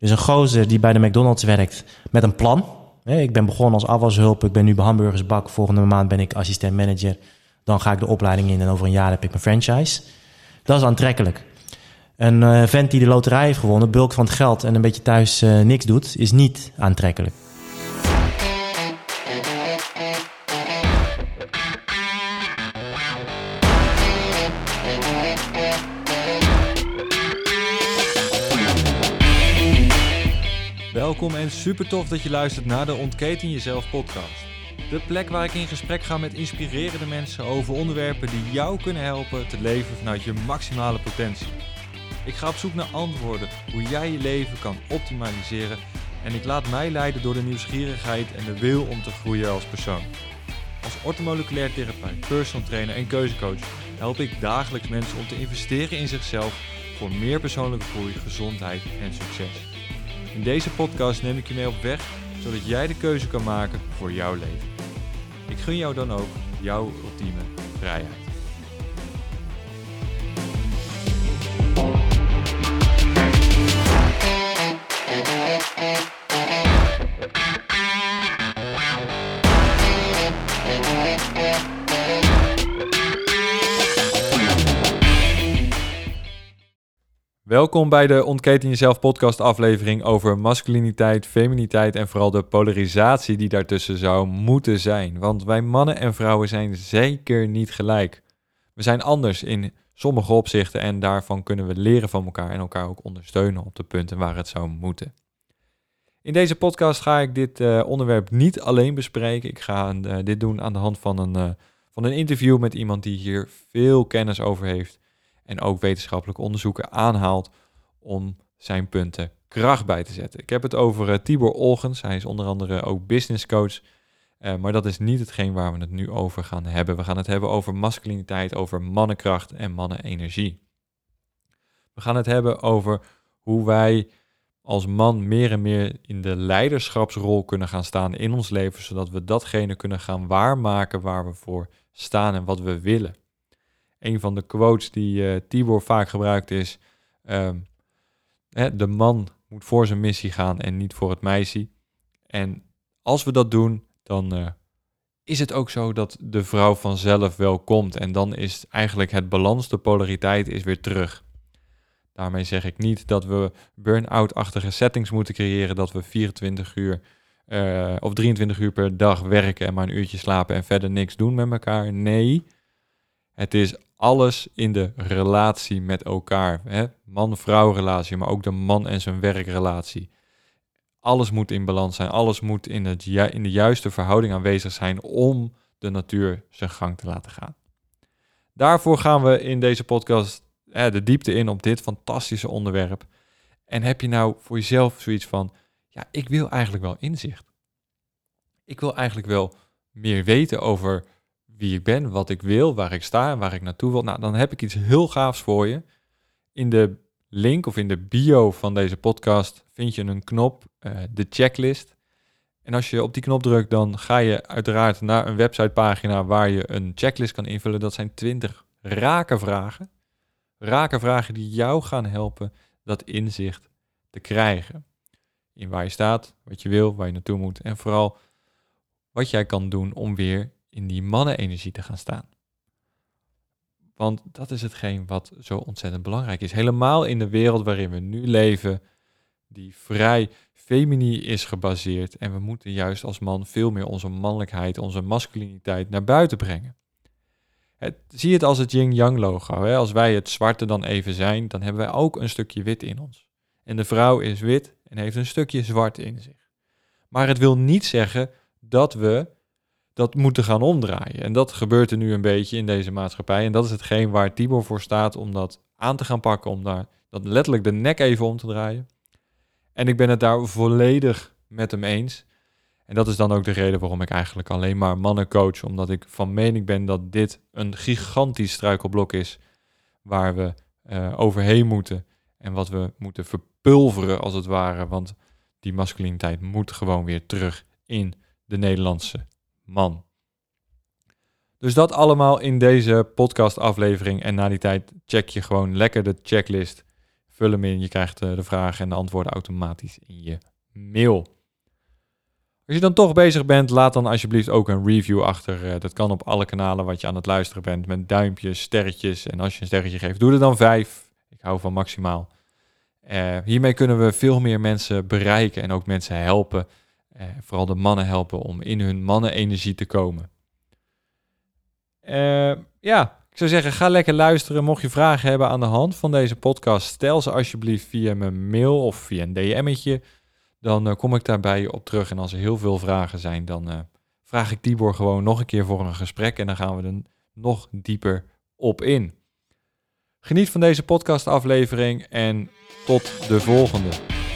Dus een gozer die bij de McDonald's werkt met een plan. Ik ben begonnen als afwashulp, ik ben nu bij hamburgersbak. Volgende maand ben ik assistent manager. Dan ga ik de opleiding in en over een jaar heb ik mijn franchise. Dat is aantrekkelijk. Een vent die de loterij heeft gewonnen, bulk van het geld en een beetje thuis niks doet, is niet aantrekkelijk. Welkom en super tof dat je luistert naar de Ontketen Jezelf podcast. De plek waar ik in gesprek ga met inspirerende mensen over onderwerpen die jou kunnen helpen te leven vanuit je maximale potentie. Ik ga op zoek naar antwoorden hoe jij je leven kan optimaliseren en ik laat mij leiden door de nieuwsgierigheid en de wil om te groeien als persoon. Als orthomoleculair therapeut, personal trainer en keuzecoach help ik dagelijks mensen om te investeren in zichzelf voor meer persoonlijke groei, gezondheid en succes. In deze podcast neem ik je mee op weg, zodat jij de keuze kan maken voor jouw leven. Ik gun jou dan ook jouw ultieme vrijheid. Welkom bij de Ontketen Jezelf podcast aflevering over masculiniteit, feminiteit en vooral de polarisatie die daartussen zou moeten zijn. Want wij mannen en vrouwen zijn zeker niet gelijk. We zijn anders in sommige opzichten en daarvan kunnen we leren van elkaar en elkaar ook ondersteunen op de punten waar het zou moeten. In deze podcast ga ik dit onderwerp niet alleen bespreken. Ik ga dit doen aan de hand van een interview met iemand die hier veel kennis over heeft. En ook wetenschappelijke onderzoeken aanhaalt om zijn punten kracht bij te zetten. Ik heb het over Tibor Olgens. Hij is onder andere ook business coach. Maar dat is niet hetgeen waar we het nu over gaan hebben. We gaan het hebben over masculiniteit, over mannenkracht en mannenenergie. We gaan het hebben over hoe wij als man meer en meer in de leiderschapsrol kunnen gaan staan in ons leven, zodat we datgene kunnen gaan waarmaken waar we voor staan en wat we willen. Een van de quotes die Tibor vaak gebruikt is, de man moet voor zijn missie gaan en niet voor het meisje. En als we dat doen, dan is het ook zo dat de vrouw vanzelf wel komt. En dan is eigenlijk het balans, de polariteit is weer terug. Daarmee zeg ik niet dat we burn-out-achtige settings moeten creëren, dat we 24 uur of 23 uur per dag werken en maar een uurtje slapen en verder niks doen met elkaar. Nee, het is alles in de relatie met elkaar. Man-vrouw relatie, maar ook de man en zijn werkrelatie. Alles moet in balans zijn. Alles moet in de juiste verhouding aanwezig zijn om de natuur zijn gang te laten gaan. Daarvoor gaan we in deze podcast de diepte in op dit fantastische onderwerp. En heb je nou voor jezelf zoiets van, ja, ik wil eigenlijk wel inzicht. Ik wil eigenlijk wel meer weten over wie ik ben, wat ik wil, waar ik sta en waar ik naartoe wil. Nou, dan heb ik iets heel gaafs voor je. In de link of in de bio van deze podcast vind je een knop, de checklist. En als je op die knop drukt, dan ga je uiteraard naar een websitepagina waar je een checklist kan invullen. Dat zijn 20 rake vragen. Rake vragen die jou gaan helpen dat inzicht te krijgen. In waar je staat, wat je wil, waar je naartoe moet. En vooral wat jij kan doen om weer in die mannenenergie te gaan staan. Want dat is hetgeen wat zo ontzettend belangrijk is. Helemaal in de wereld waarin we nu leven, die vrij femini is gebaseerd. En we moeten juist als man veel meer onze mannelijkheid, onze masculiniteit naar buiten brengen. Zie het als het yin-yang logo. Hè? Als wij het zwarte dan even zijn, dan hebben wij ook een stukje wit in ons. En de vrouw is wit en heeft een stukje zwart in zich. Maar het wil niet zeggen dat we dat moeten gaan omdraaien. En dat gebeurt er nu een beetje in deze maatschappij. En dat is hetgeen waar Tibor voor staat om dat aan te gaan pakken, om daar dat letterlijk de nek even om te draaien. En ik ben het daar volledig met hem eens. En dat is dan ook de reden waarom ik eigenlijk alleen maar mannen coach, omdat ik van mening ben dat dit een gigantisch struikelblok is waar we overheen moeten en wat we moeten verpulveren als het ware, want die masculiniteit moet gewoon weer terug in de Nederlandse man. Dus dat allemaal in deze podcastaflevering en na die tijd check je gewoon lekker de checklist Vul hem in, je krijgt de vragen en de antwoorden automatisch in je mail. Als je dan toch bezig bent, laat dan alsjeblieft ook een review achter. Dat kan op alle kanalen wat je aan het luisteren bent, met duimpjes, sterretjes. En als je een sterretje geeft, doe er dan 5. Ik hou van maximaal. Hiermee kunnen we veel meer mensen bereiken en ook mensen helpen. Vooral de mannen helpen om in hun mannenenergie te komen. Ik zou zeggen, ga lekker luisteren. Mocht je vragen hebben aan de hand van deze podcast, stel ze alsjeblieft via mijn mail of via een DM'tje. Dan kom ik daarbij op terug. En als er heel veel vragen zijn, dan vraag ik Tibor gewoon nog een keer voor een gesprek. En dan gaan we er nog dieper op in. Geniet van deze podcastaflevering en tot de volgende.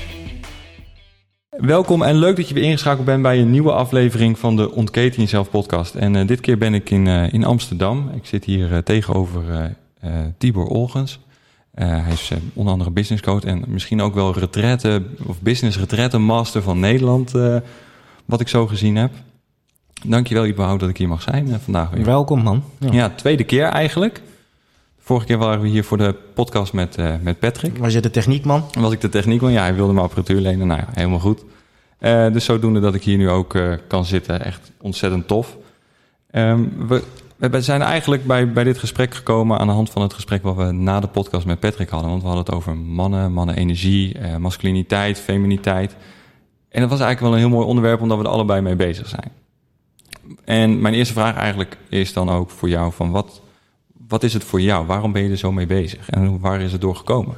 Welkom en leuk dat je weer ingeschakeld bent bij een nieuwe aflevering van de Ontketen Jezelf podcast. En dit keer ben ik in Amsterdam. Ik zit hier tegenover Tibor Olgens. Hij is onder andere business coach en misschien ook wel business retraite master van Nederland, wat ik zo gezien heb. Dankjewel überhaupt dat ik hier mag zijn vandaag weer. Welkom, man. Ja, tweede keer eigenlijk. Vorige keer waren we hier voor de podcast met Patrick. Was je de techniekman? Was ik de techniekman? Ja, hij wilde me apparatuur lenen. Nou ja, helemaal goed. Dus zodoende dat ik hier nu ook kan zitten. Echt ontzettend tof. We zijn eigenlijk bij dit gesprek gekomen aan de hand van het gesprek wat we na de podcast met Patrick hadden. Want we hadden het over mannenenergie, masculiniteit, feminiteit. En dat was eigenlijk wel een heel mooi onderwerp omdat we er allebei mee bezig zijn. En mijn eerste vraag eigenlijk is dan ook voor jou van wat is het voor jou? Waarom ben je er zo mee bezig? En waar is het door gekomen?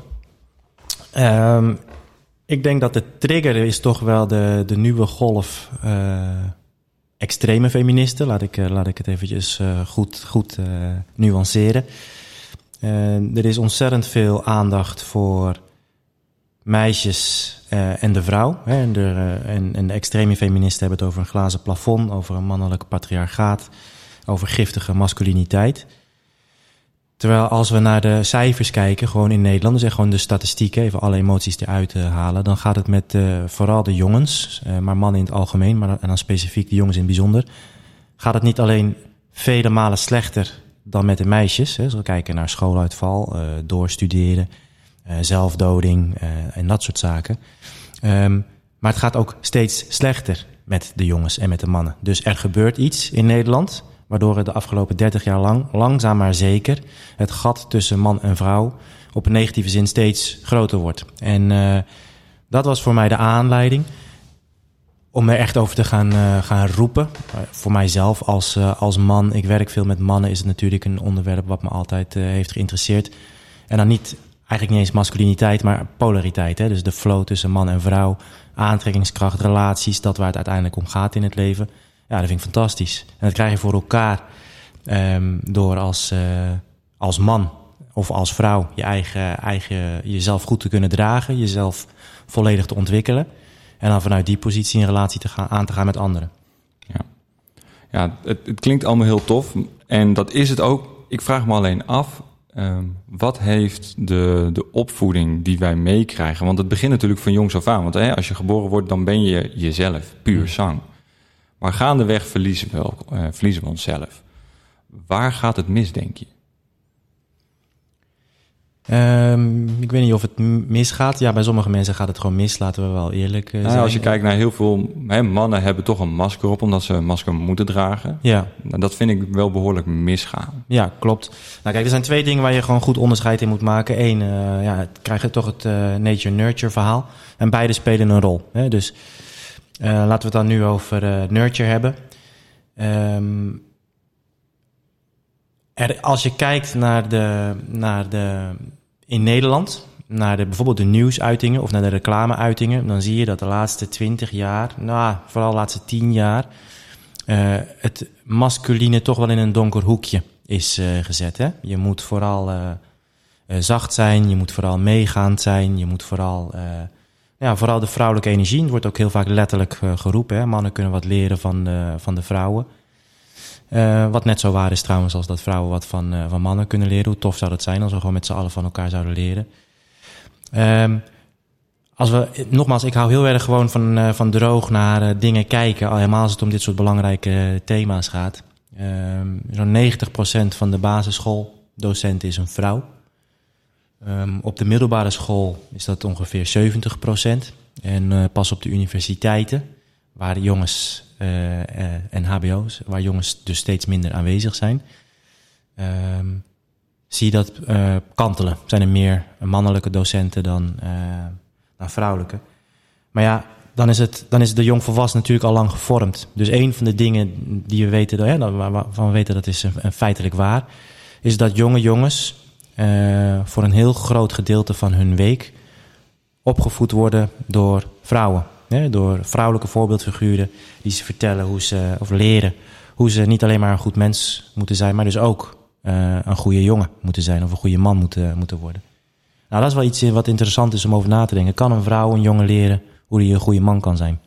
Ik denk dat de trigger is toch wel de nieuwe golf extreme feministen. Laat ik het eventjes goed nuanceren. Er is ontzettend veel aandacht voor meisjes en de vrouw. Hè, en de extreme feministen hebben het over een glazen plafond, over een mannelijk patriarchaat, over giftige masculiniteit. Terwijl als we naar de cijfers kijken, gewoon in Nederland, dus echt gewoon de statistieken, even alle emoties eruit halen, dan gaat het met vooral de jongens, maar mannen in het algemeen, en dan specifiek de jongens in het bijzonder, gaat het niet alleen vele malen slechter dan met de meisjes. Hè, als we kijken naar schooluitval, doorstuderen, zelfdoding en dat soort zaken. Maar het gaat ook steeds slechter met de jongens en met de mannen. Dus er gebeurt iets in Nederland, waardoor het de afgelopen 30 jaar lang, langzaam maar zeker, het gat tussen man en vrouw op een negatieve zin steeds groter wordt. En dat was voor mij de aanleiding om er echt over te gaan roepen. Voor mijzelf als man, ik werk veel met mannen, is het natuurlijk een onderwerp wat me altijd heeft geïnteresseerd. En dan eigenlijk niet eens masculiniteit, maar polariteit. Hè? Dus de flow tussen man en vrouw, aantrekkingskracht, relaties, dat waar het uiteindelijk om gaat in het leven. Ja, dat vind ik fantastisch. En dat krijg je voor elkaar door als man of als vrouw jezelf goed te kunnen dragen, jezelf volledig te ontwikkelen. En dan vanuit die positie een relatie aan te gaan met anderen. Ja, het klinkt allemaal heel tof. En dat is het ook. Ik vraag me alleen af, wat heeft de opvoeding die wij meekrijgen? Want het begint natuurlijk van jongs af aan. Want als je geboren wordt, dan ben je jezelf, puur zang. Maar gaandeweg verliezen we onszelf. Waar gaat het mis, denk je? Ik weet niet of het misgaat. Ja, bij sommige mensen gaat het gewoon mis, laten we wel eerlijk zijn. Als je kijkt naar heel veel mannen hebben toch een masker op, omdat ze een masker moeten dragen. Ja. Dat vind ik wel behoorlijk misgaan. Ja, klopt. Nou kijk, er zijn 2 dingen waar je gewoon goed onderscheid in moet maken. Eén, krijg je toch het nature-nurture verhaal. En beide spelen een rol. Hè? Dus laten we het dan nu over nurture hebben. Als je kijkt naar de in Nederland, naar bijvoorbeeld de nieuwsuitingen of naar de reclameuitingen, dan zie je dat de laatste 20 jaar, vooral de laatste 10 jaar, het masculine toch wel in een donker hoekje is gezet. Hè? Je moet vooral zacht zijn, je moet vooral meegaand zijn, je moet vooral de vrouwelijke energie. Het wordt ook heel vaak letterlijk geroepen. Hè? Mannen kunnen wat leren van de vrouwen. Wat net zo waar is trouwens als dat vrouwen wat van mannen kunnen leren. Hoe tof zou dat zijn als we gewoon met z'n allen van elkaar zouden leren. Nogmaals, ik hou heel erg gewoon van droog naar dingen kijken. Al helemaal als het om dit soort belangrijke thema's gaat. Zo'n 90% van de basisschooldocenten is een vrouw. Op de middelbare school is dat ongeveer 70%. En pas op de universiteiten, waar jongens en hbo's, waar jongens dus steeds minder aanwezig zijn, zie je dat kantelen. Zijn er meer mannelijke docenten dan vrouwelijke. Maar ja, dan is de jongvolwassen natuurlijk al lang gevormd. Dus een van de dingen die we weten, waarvan we weten dat is een feitelijk waar, is dat jonge jongens voor een heel groot gedeelte van hun week opgevoed worden door vrouwen. Door vrouwelijke voorbeeldfiguren die ze vertellen of leren hoe ze niet alleen maar een goed mens moeten zijn, maar dus ook een goede jongen moeten zijn of een goede man moeten worden. Nou, dat is wel iets wat interessant is om over na te denken. Kan een vrouw een jongen leren hoe hij een goede man kan zijn?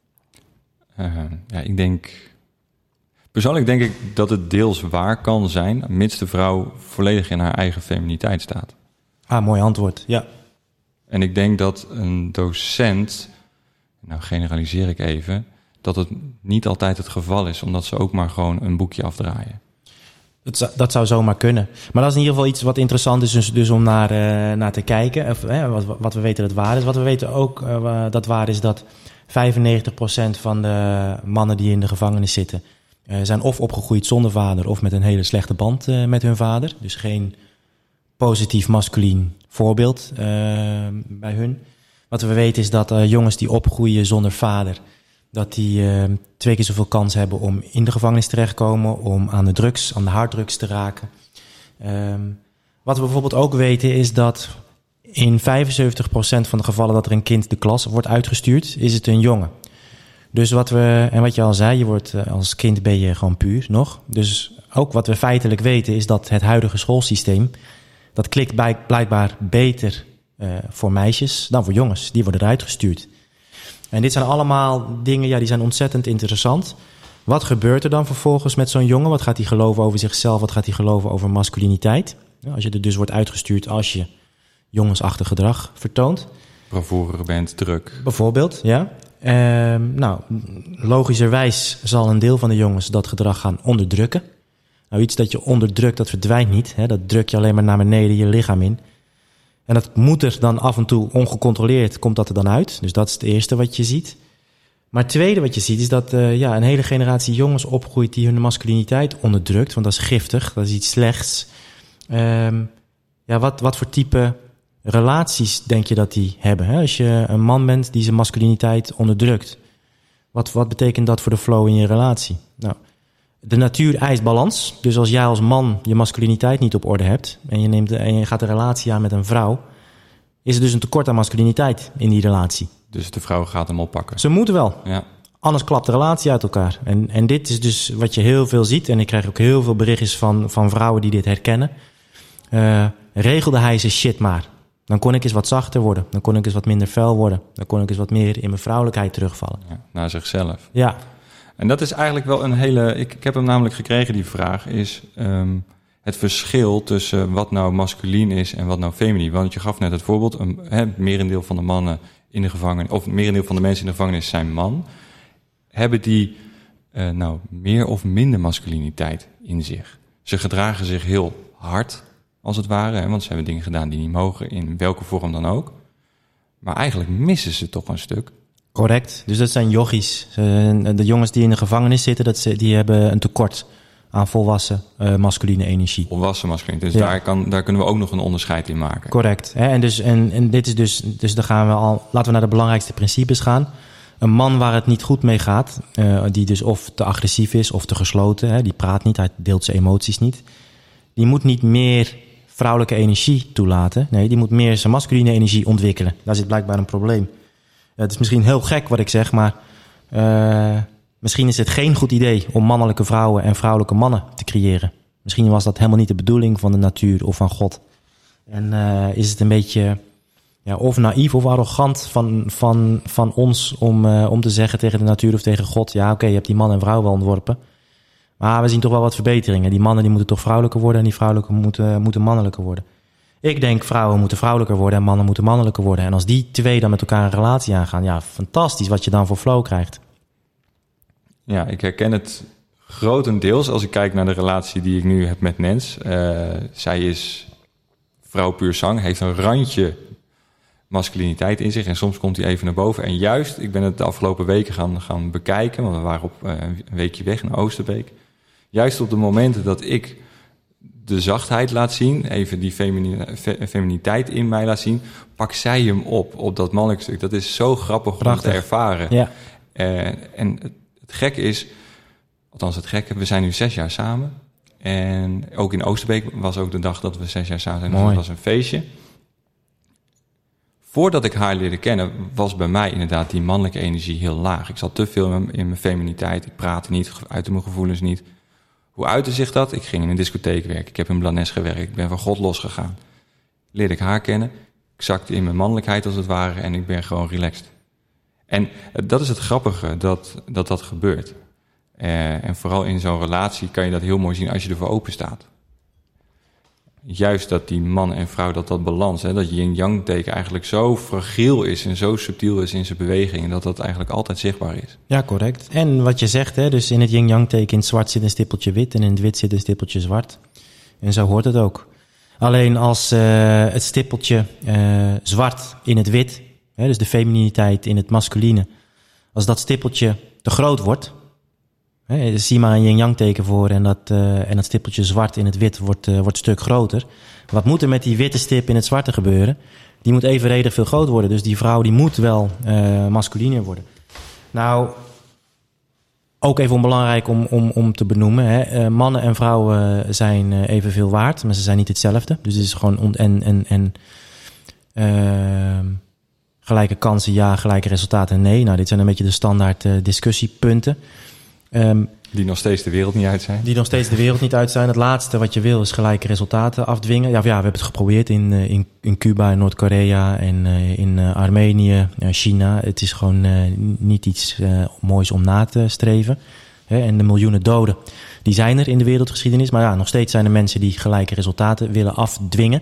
Persoonlijk denk ik dat het deels waar kan zijn, mits de vrouw volledig in haar eigen feminiteit staat. Mooi antwoord, ja. En ik denk dat een docent, nou generaliseer ik even, dat het niet altijd het geval is, omdat ze ook maar gewoon een boekje afdraaien. Dat zou zomaar kunnen. Maar dat is in ieder geval iets wat interessant is dus om naar te kijken. Of, wat we weten dat waar is. Wat we weten ook dat waar is dat 95% van de mannen die in de gevangenis zitten zijn of opgegroeid zonder vader of met een hele slechte band met hun vader. Dus geen positief masculien voorbeeld bij hun. Wat we weten is dat jongens die opgroeien zonder vader, dat die 2 keer zoveel kans hebben om in de gevangenis terechtkomen, om aan de harddrugs te raken. Wat we bijvoorbeeld ook weten is dat in 75% van de gevallen dat er een kind de klas wordt uitgestuurd, is het een jongen. Dus wat je al zei, als kind ben je gewoon puur nog. Dus ook wat we feitelijk weten is dat het huidige schoolsysteem, dat klikt blijkbaar beter voor meisjes dan voor jongens. Die worden eruit gestuurd. En dit zijn allemaal dingen, die zijn ontzettend interessant. Wat gebeurt er dan vervolgens met zo'n jongen? Wat gaat hij geloven over zichzelf? Wat gaat hij geloven over masculiniteit? Als je er dus wordt uitgestuurd als je jongensachtig gedrag vertoont. Bravoure bent, druk. Bijvoorbeeld, ja. Logischerwijs zal een deel van de jongens dat gedrag gaan onderdrukken. Nou, iets dat je onderdrukt, dat verdwijnt niet. Dat druk je alleen maar naar beneden je lichaam in. En dat moet er dan af en toe ongecontroleerd, komt dat er dan uit. Dus dat is het eerste wat je ziet. Maar het tweede wat je ziet is dat een hele generatie jongens opgroeit die hun masculiniteit onderdrukt. Want dat is giftig, dat is iets slechts. Wat voor type relaties denk je dat die hebben? Hè? Als je een man bent die zijn masculiniteit onderdrukt. Wat betekent dat voor de flow in je relatie? Nou, de natuur eist balans. Dus als jij als man je masculiniteit niet op orde hebt en je gaat een relatie aan met een vrouw, is er dus een tekort aan masculiniteit in die relatie. Dus de vrouw gaat hem oppakken. Ze moeten wel. Ja. Anders klapt de relatie uit elkaar. En dit is dus wat je heel veel ziet. En ik krijg ook heel veel berichtjes van vrouwen die dit herkennen. Regelde hij zijn shit maar. Dan kon ik eens wat zachter worden. Dan kon ik eens wat minder fel worden. Dan kon ik eens wat meer in mijn vrouwelijkheid terugvallen. Ja, naar zichzelf. Ja. En dat is eigenlijk wel een hele... Ik heb hem namelijk gekregen, die vraag, is het verschil tussen wat nou masculien is en wat nou feminien. Want je gaf net het voorbeeld, het merendeel van de mannen in de gevangenis, of het merendeel van de mensen in de gevangenis zijn man. Hebben die meer of minder masculiniteit in zich? Ze gedragen zich heel hard, als het ware, want ze hebben dingen gedaan die niet mogen, in welke vorm dan ook. Maar eigenlijk missen ze toch een stuk. Correct. Dus dat zijn yogis. De jongens die in de gevangenis zitten, die hebben een tekort aan volwassen masculine energie. Volwassen masculine. Dus ja. Daar kunnen we ook nog een onderscheid in maken. Correct. En dit is dus dan gaan we laten we naar de belangrijkste principes gaan. Een man waar het niet goed mee gaat, die dus of te agressief is of te gesloten, die praat niet, hij deelt zijn emoties niet. Die moet niet meer vrouwelijke energie toelaten. Nee, die moet meer zijn masculine energie ontwikkelen. Daar zit blijkbaar een probleem. Het is misschien heel gek wat ik zeg, maar misschien is het geen goed idee om mannelijke vrouwen en vrouwelijke mannen te creëren. Misschien was dat helemaal niet de bedoeling van de natuur of van God. En is het een beetje of naïef of arrogant van ons om te zeggen tegen de natuur of tegen God, ja oké, je hebt die man en vrouw wel ontworpen. Maar we zien toch wel wat verbeteringen. Die mannen die moeten toch vrouwelijker worden en die vrouwelijke moeten mannelijker worden. Ik denk vrouwen moeten vrouwelijker worden en mannen moeten mannelijker worden. En als die twee dan met elkaar een relatie aangaan, ja, fantastisch wat je dan voor flow krijgt. Ja, ik herken het grotendeels als ik kijk naar de relatie die ik nu heb met Nens. Zij is vrouw puur zang, heeft een randje masculiniteit in zich. En soms komt hij even naar boven. En juist, ik ben het de afgelopen weken gaan bekijken, want we waren op een weekje weg in Oosterbeek. Juist op de momenten dat ik de zachtheid laat zien, even die feminiteit in mij laat zien, pak zij hem op dat mannelijk stuk. Dat is zo grappig om te ervaren. Ja. En het gekke is, althans het gekke, we zijn nu 6 jaar samen. En ook in Oosterbeek was ook de dag dat we 6 jaar samen zijn. Dus dat was een feestje. Voordat ik haar leerde kennen, was bij mij inderdaad die mannelijke energie heel laag. Ik zat te veel in mijn feminiteit. Ik praatte niet, uitte mijn gevoelens niet. Hoe uitte zich dat? Ik ging in een discotheek werken. Ik heb in Blanes gewerkt. Ik ben van God losgegaan. Leerde ik haar kennen. Ik zakte in mijn mannelijkheid als het ware en ik ben gewoon relaxed. En dat is het grappige, dat gebeurt. En vooral in zo'n relatie kan je dat heel mooi zien als je ervoor open staat. Juist dat die man en vrouw, dat balans, dat yin-yang teken eigenlijk zo fragiel is en zo subtiel is in zijn beweging, dat eigenlijk altijd zichtbaar is. Ja, correct. En wat je zegt, dus in het yin-yang teken in het zwart zit een stippeltje wit en in het wit zit een stippeltje zwart. En zo hoort het ook. Alleen als het stippeltje zwart in het wit, dus de femininiteit in het masculine, als dat stippeltje te groot wordt, zie maar een yin-yang teken voor en dat stippeltje zwart in het wit wordt een stuk groter. Wat moet er met die witte stip in het zwarte gebeuren? Die moet evenredig veel groter worden. Dus die vrouw die moet wel masculiner worden. Nou, ook even onbelangrijk om te benoemen. Mannen en vrouwen zijn evenveel waard, maar ze zijn niet hetzelfde. Dus het is gewoon gelijke kansen ja, gelijke resultaten nee. Nou, dit zijn een beetje de standaard discussiepunten. Die nog steeds de wereld niet uit zijn. Die nog steeds de wereld niet uit zijn. Het laatste wat je wil is gelijke resultaten afdwingen. Ja, we hebben het geprobeerd in Cuba, in Noord-Korea en in Armenië, China. Het is gewoon niet iets moois om na te streven. En de miljoenen doden, die zijn er in de wereldgeschiedenis. Maar ja, nog steeds zijn er mensen die gelijke resultaten willen afdwingen.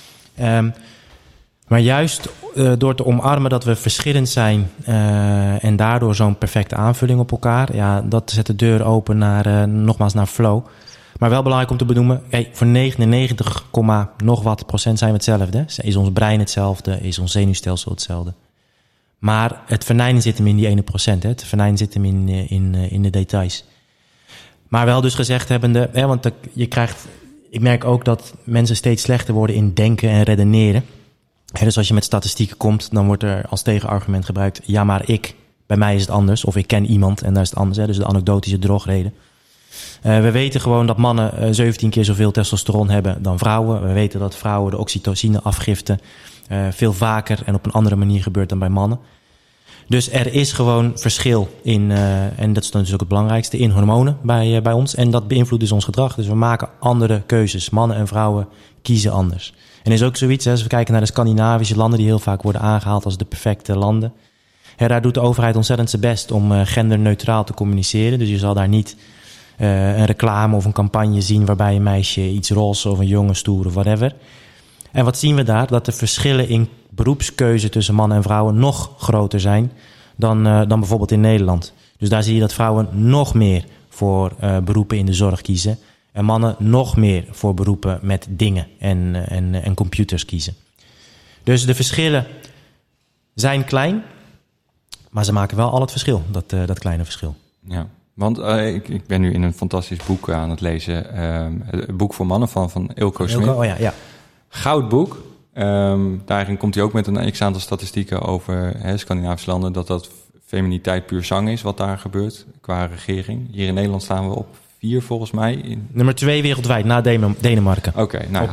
Maar juist door te omarmen dat we verschillend zijn en daardoor zo'n perfecte aanvulling op elkaar, ja, dat zet de deur open nogmaals naar flow. Maar wel belangrijk om te benoemen, voor 99, nog wat procent zijn we hetzelfde. Is ons brein hetzelfde, is ons zenuwstelsel hetzelfde. Maar het venijn zit hem in die 1%. Het venijn zit hem in de details. Maar wel dus gezegd hebbende, want ik merk ook dat mensen steeds slechter worden in denken en redeneren. Dus als je met statistieken komt, dan wordt er als tegenargument gebruikt, ja, maar bij mij is het anders. Of ik ken iemand en daar is het anders. Dus de anekdotische drogreden. We weten gewoon dat mannen 17 keer zoveel testosteron hebben dan vrouwen. We weten dat vrouwen de oxytocine-afgifte veel vaker en op een andere manier gebeurt dan bij mannen. Dus er is gewoon verschil in, en dat is dan dus ook het belangrijkste, in hormonen bij ons. En dat beïnvloedt dus ons gedrag. Dus we maken andere keuzes. Mannen en vrouwen kiezen anders. En er is ook zoiets, als we kijken naar de Scandinavische landen die heel vaak worden aangehaald als de perfecte landen. Daar doet de overheid ontzettend zijn best om genderneutraal te communiceren. Dus je zal daar niet een reclame of een campagne zien waarbij een meisje iets roze of een jongen stoer of whatever. En wat zien we daar? Dat de verschillen in beroepskeuze tussen mannen en vrouwen nog groter zijn dan bijvoorbeeld in Nederland. Dus daar zie je dat vrouwen nog meer voor beroepen in de zorg kiezen. En mannen nog meer voor beroepen met dingen en computers kiezen. Dus de verschillen zijn klein, maar ze maken wel al het verschil, dat kleine verschil. Ja, want ik ben nu in een fantastisch boek aan het lezen. Het boek voor mannen van Ilko Smit. Oh ja. Goudboek. Daarin komt hij ook met een x-aantal statistieken over Scandinavische landen, dat feminiteit puur zang is wat daar gebeurt qua regering. Hier in Nederland staan we op 4 volgens mij. Nummer 2 wereldwijd, na Denemarken. Oké, nou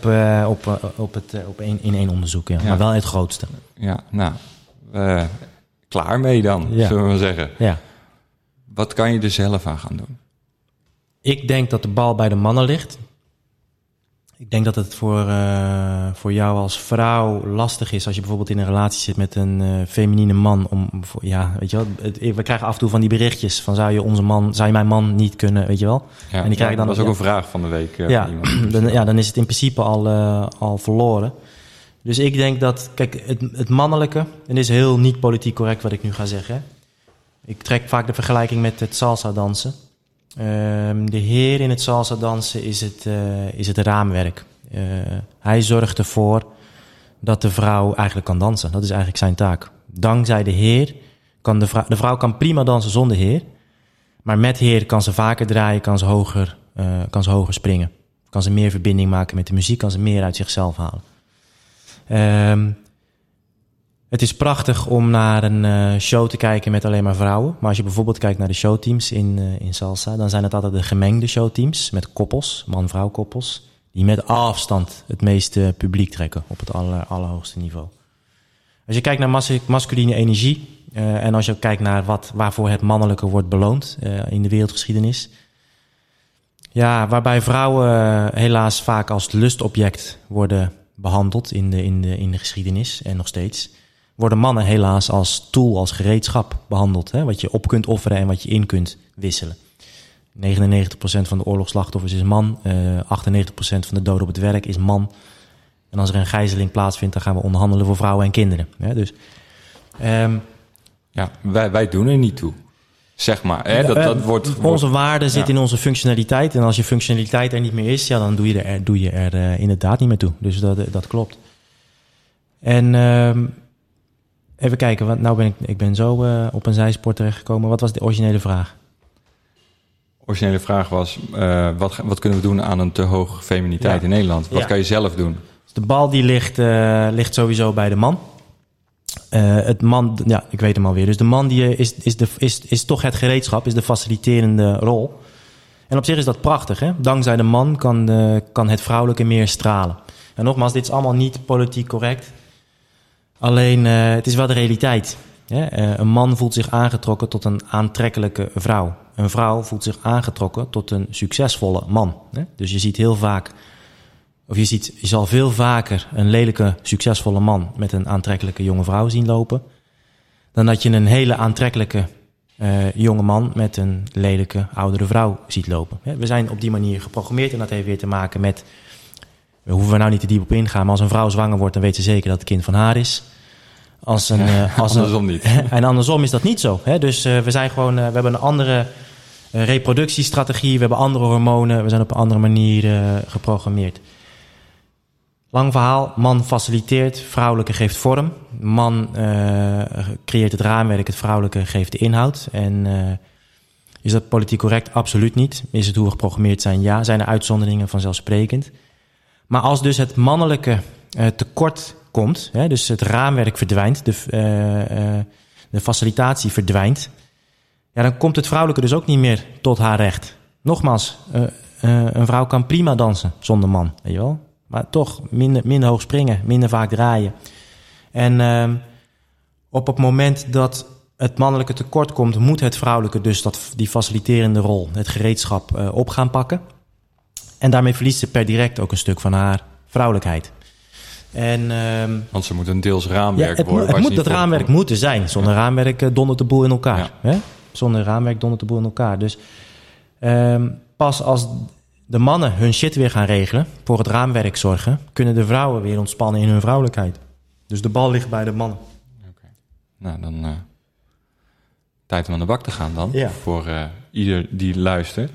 in één onderzoek, ja. Maar wel het grootste. Ja, nou, klaar mee dan, zullen we maar zeggen. Ja. Wat kan je er zelf aan gaan doen? Ik denk dat de bal bij de mannen ligt. Ik denk dat het voor jou als vrouw lastig is als je bijvoorbeeld in een relatie zit met een feminine man. Weet je wel, we krijgen af en toe van die berichtjes van zou je mijn man niet kunnen, weet je wel? Ja, en die krijg dan dat was ook een vraag van de week. Dan is het in principe al verloren. Dus ik denk dat, kijk, het mannelijke, en dit is heel niet politiek correct wat ik nu ga zeggen. Ik trek vaak de vergelijking met het salsa dansen. De heer in het salsa dansen is het raamwerk. Hij zorgt ervoor dat de vrouw eigenlijk kan dansen. Dat is eigenlijk zijn taak. Dankzij de Heer kan de vrouw kan prima dansen zonder Heer. Maar met Heer kan ze vaker draaien, kan ze hoger springen. Kan ze meer verbinding maken met de muziek, kan ze meer uit zichzelf halen. Het is prachtig om naar een show te kijken met alleen maar vrouwen. Maar als je bijvoorbeeld kijkt naar de showteams in salsa, dan zijn het altijd de gemengde showteams met koppels, man-vrouw koppels, die met afstand het meeste publiek trekken op het allerhoogste niveau. Als je kijkt naar masculine energie en als je kijkt naar waarvoor het mannelijke wordt beloond in de wereldgeschiedenis. Ja, waarbij vrouwen helaas vaak als lustobject worden behandeld in de geschiedenis en nog steeds, worden mannen helaas als tool, als gereedschap behandeld. Hè? Wat je op kunt offeren en wat je in kunt wisselen. 99% van de oorlogsslachtoffers is man. 98% van de doden op het werk is man. En als er een gijzeling plaatsvindt, dan gaan we onderhandelen voor vrouwen en kinderen. Hè? Dus, ja, wij doen er niet toe. Zeg maar. Hè? Dat wordt onze waarde zit in onze functionaliteit. En als je functionaliteit er niet meer is, ja, dan doe je er inderdaad niet meer toe. Dus dat klopt. En even kijken, want nou ben ik zo op een zijspoor terechtgekomen. Wat was de originele vraag? De originele vraag was, wat kunnen we doen aan een te hoge feminiteit in Nederland? Wat kan je zelf doen? Dus de bal die ligt sowieso bij de man. Het man, ja, ik weet hem alweer. Dus de man die is toch het gereedschap, is de faciliterende rol. En op zich is dat prachtig, hè? Dankzij de man kan het vrouwelijke meer stralen. En nogmaals, dit is allemaal niet politiek correct. Alleen, het is wel de realiteit. Hè? Een man voelt zich aangetrokken tot een aantrekkelijke vrouw. Een vrouw voelt zich aangetrokken tot een succesvolle man. Hè? Dus je ziet heel vaak, of je zal veel vaker een lelijke, succesvolle man met een aantrekkelijke jonge vrouw zien lopen, dan dat je een hele aantrekkelijke jonge man met een lelijke, oudere vrouw ziet lopen. Hè? We zijn op die manier geprogrammeerd en dat heeft weer te maken met, daar hoeven we nou niet te diep op ingaan, maar als een vrouw zwanger wordt, dan weet ze zeker dat het kind van haar is. Andersom niet. En andersom is dat niet zo. Hè? Dus we hebben een andere reproductiestrategie, we hebben andere hormonen, we zijn op een andere manier geprogrammeerd. Lang verhaal, man faciliteert, vrouwelijke geeft vorm. Man creëert het raamwerk, het vrouwelijke geeft de inhoud. En is dat politiek correct? Absoluut niet. Is het hoe we geprogrammeerd zijn? Ja. Zijn er uitzonderingen? Vanzelfsprekend. Maar als dus het mannelijke tekort komt, hè, dus het raamwerk verdwijnt, de facilitatie verdwijnt, ja, dan komt het vrouwelijke dus ook niet meer tot haar recht. Nogmaals, een vrouw kan prima dansen zonder man, weet je wel? Maar toch minder hoog springen, minder vaak draaien. En op het moment dat het mannelijke tekort komt, moet het vrouwelijke dus die faciliterende rol, het gereedschap, op gaan pakken. En daarmee verliest ze per direct ook een stuk van haar vrouwelijkheid. Want ze moet een deels raamwerk worden. Het moet dat raamwerk moeten zijn. Zonder raamwerk dondert de boel in elkaar. Ja. Hè? Zonder raamwerk dondert de boel in elkaar. Dus pas als de mannen hun shit weer gaan regelen, voor het raamwerk zorgen, kunnen de vrouwen weer ontspannen in hun vrouwelijkheid. Dus de bal ligt bij de mannen. Okay. Nou, dan tijd om aan de bak te gaan dan. Ja. Voor ieder die luistert.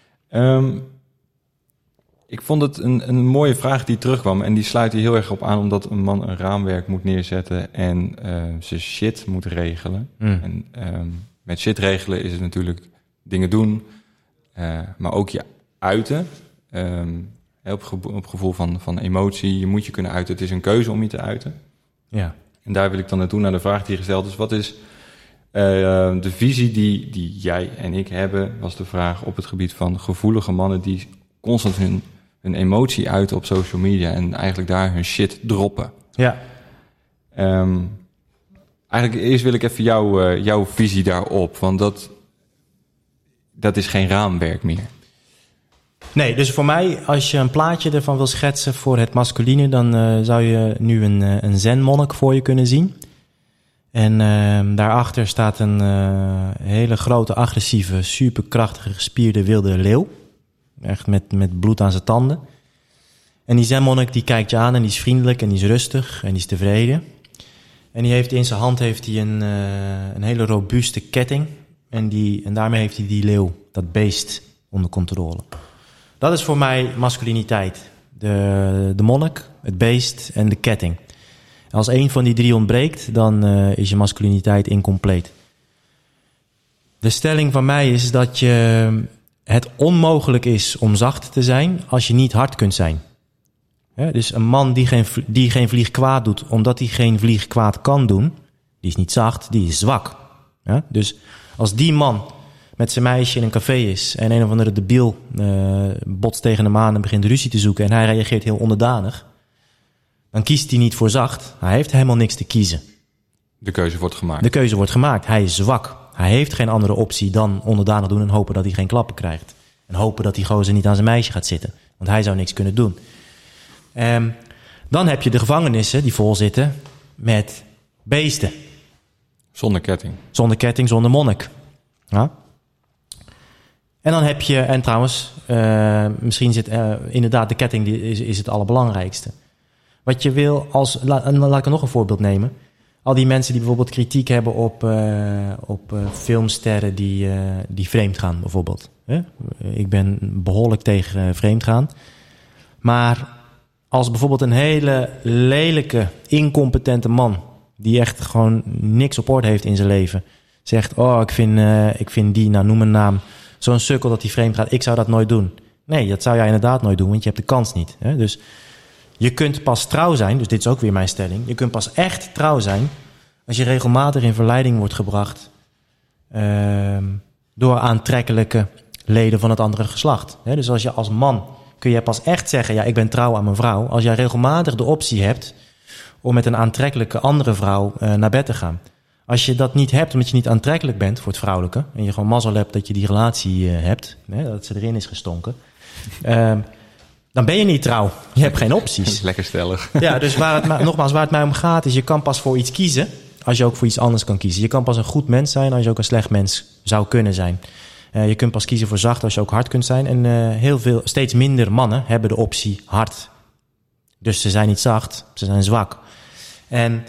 Ik vond het een mooie vraag die terugkwam. En die sluit hier heel erg op aan, omdat een man een raamwerk moet neerzetten en zijn shit moet regelen. En met shit regelen is het natuurlijk dingen doen, maar ook je uiten. Op gevoel van emotie. Je moet je kunnen uiten. Het is een keuze om je te uiten. Ja. En daar wil ik dan naartoe, naar de vraag die gesteld is. Wat is de visie die jij en ik hebben, was de vraag op het gebied van gevoelige mannen die constant hun emotie uiten op social media en eigenlijk daar hun shit droppen. Ja. Eigenlijk eerst wil ik even jouw visie daarop, want dat is geen raamwerk meer. Nee, dus voor mij, als je een plaatje ervan wil schetsen voor het masculine, dan zou je nu een zen-monnik voor je kunnen zien. En daarachter staat een hele grote, agressieve, superkrachtige, gespierde wilde leeuw. Echt met bloed aan zijn tanden. En die zen-monnik die kijkt je aan en die is vriendelijk en die is rustig en die is tevreden. En die heeft in zijn hand een hele robuuste ketting. En daarmee heeft hij die leeuw, dat beest, onder controle. Dat is voor mij masculiniteit. de monnik, het beest en de ketting. Als één van die 3 ontbreekt, dan is je masculiniteit incompleet. De stelling van mij is dat het onmogelijk is om zacht te zijn als je niet hard kunt zijn. Ja, dus een man die geen vlieg kwaad doet, omdat hij geen vlieg kwaad kan doen, die is niet zacht, die is zwak. Ja, dus als die man met zijn meisje in een café is en een of andere debiel botst tegen hem aan en begint ruzie te zoeken en hij reageert heel onderdanig, dan kiest hij niet voor zacht. Hij heeft helemaal niks te kiezen. De keuze wordt gemaakt. De keuze wordt gemaakt. Hij is zwak. Hij heeft geen andere optie dan onderdanig doen en hopen dat hij geen klappen krijgt. En hopen dat die gozer niet aan zijn meisje gaat zitten. Want hij zou niks kunnen doen. Dan heb je de gevangenissen die vol zitten met beesten. Zonder ketting. Zonder ketting, zonder monnik. Ja? En dan heb je, en trouwens, misschien zit inderdaad de ketting is het allerbelangrijkste. Wat je wil laat ik er nog een voorbeeld nemen. Al die mensen die bijvoorbeeld kritiek hebben op filmsterren die vreemd gaan, bijvoorbeeld. Ik ben behoorlijk tegen vreemd gaan. Maar als bijvoorbeeld een hele lelijke, incompetente man, die echt gewoon niks op orde heeft in zijn leven, zegt, ik vind die, noem een naam, zo'n sukkel dat die vreemd gaat, ik zou dat nooit doen. Nee, dat zou jij inderdaad nooit doen, want je hebt de kans niet. Hè? Dus je kunt pas trouw zijn, dus dit is ook weer mijn stelling, je kunt pas echt trouw zijn als je regelmatig in verleiding wordt gebracht door aantrekkelijke leden van het andere geslacht. Hè? Dus als je als man kun je pas echt zeggen, ja, ik ben trouw aan mijn vrouw, als jij regelmatig de optie hebt om met een aantrekkelijke andere vrouw naar bed te gaan. Als je dat niet hebt, omdat je niet aantrekkelijk bent voor het vrouwelijke, en je gewoon mazzel hebt dat je die relatie hebt, dat ze erin is gestonken, dan ben je niet trouw. Je hebt geen opties. Lekker stellig. Ja, dus waar het mij om gaat is, je kan pas voor iets kiezen als je ook voor iets anders kan kiezen. Je kan pas een goed mens zijn als je ook een slecht mens zou kunnen zijn. Je kunt pas kiezen voor zacht als je ook hard kunt zijn. En steeds minder mannen hebben de optie hard. Dus ze zijn niet zacht, ze zijn zwak. En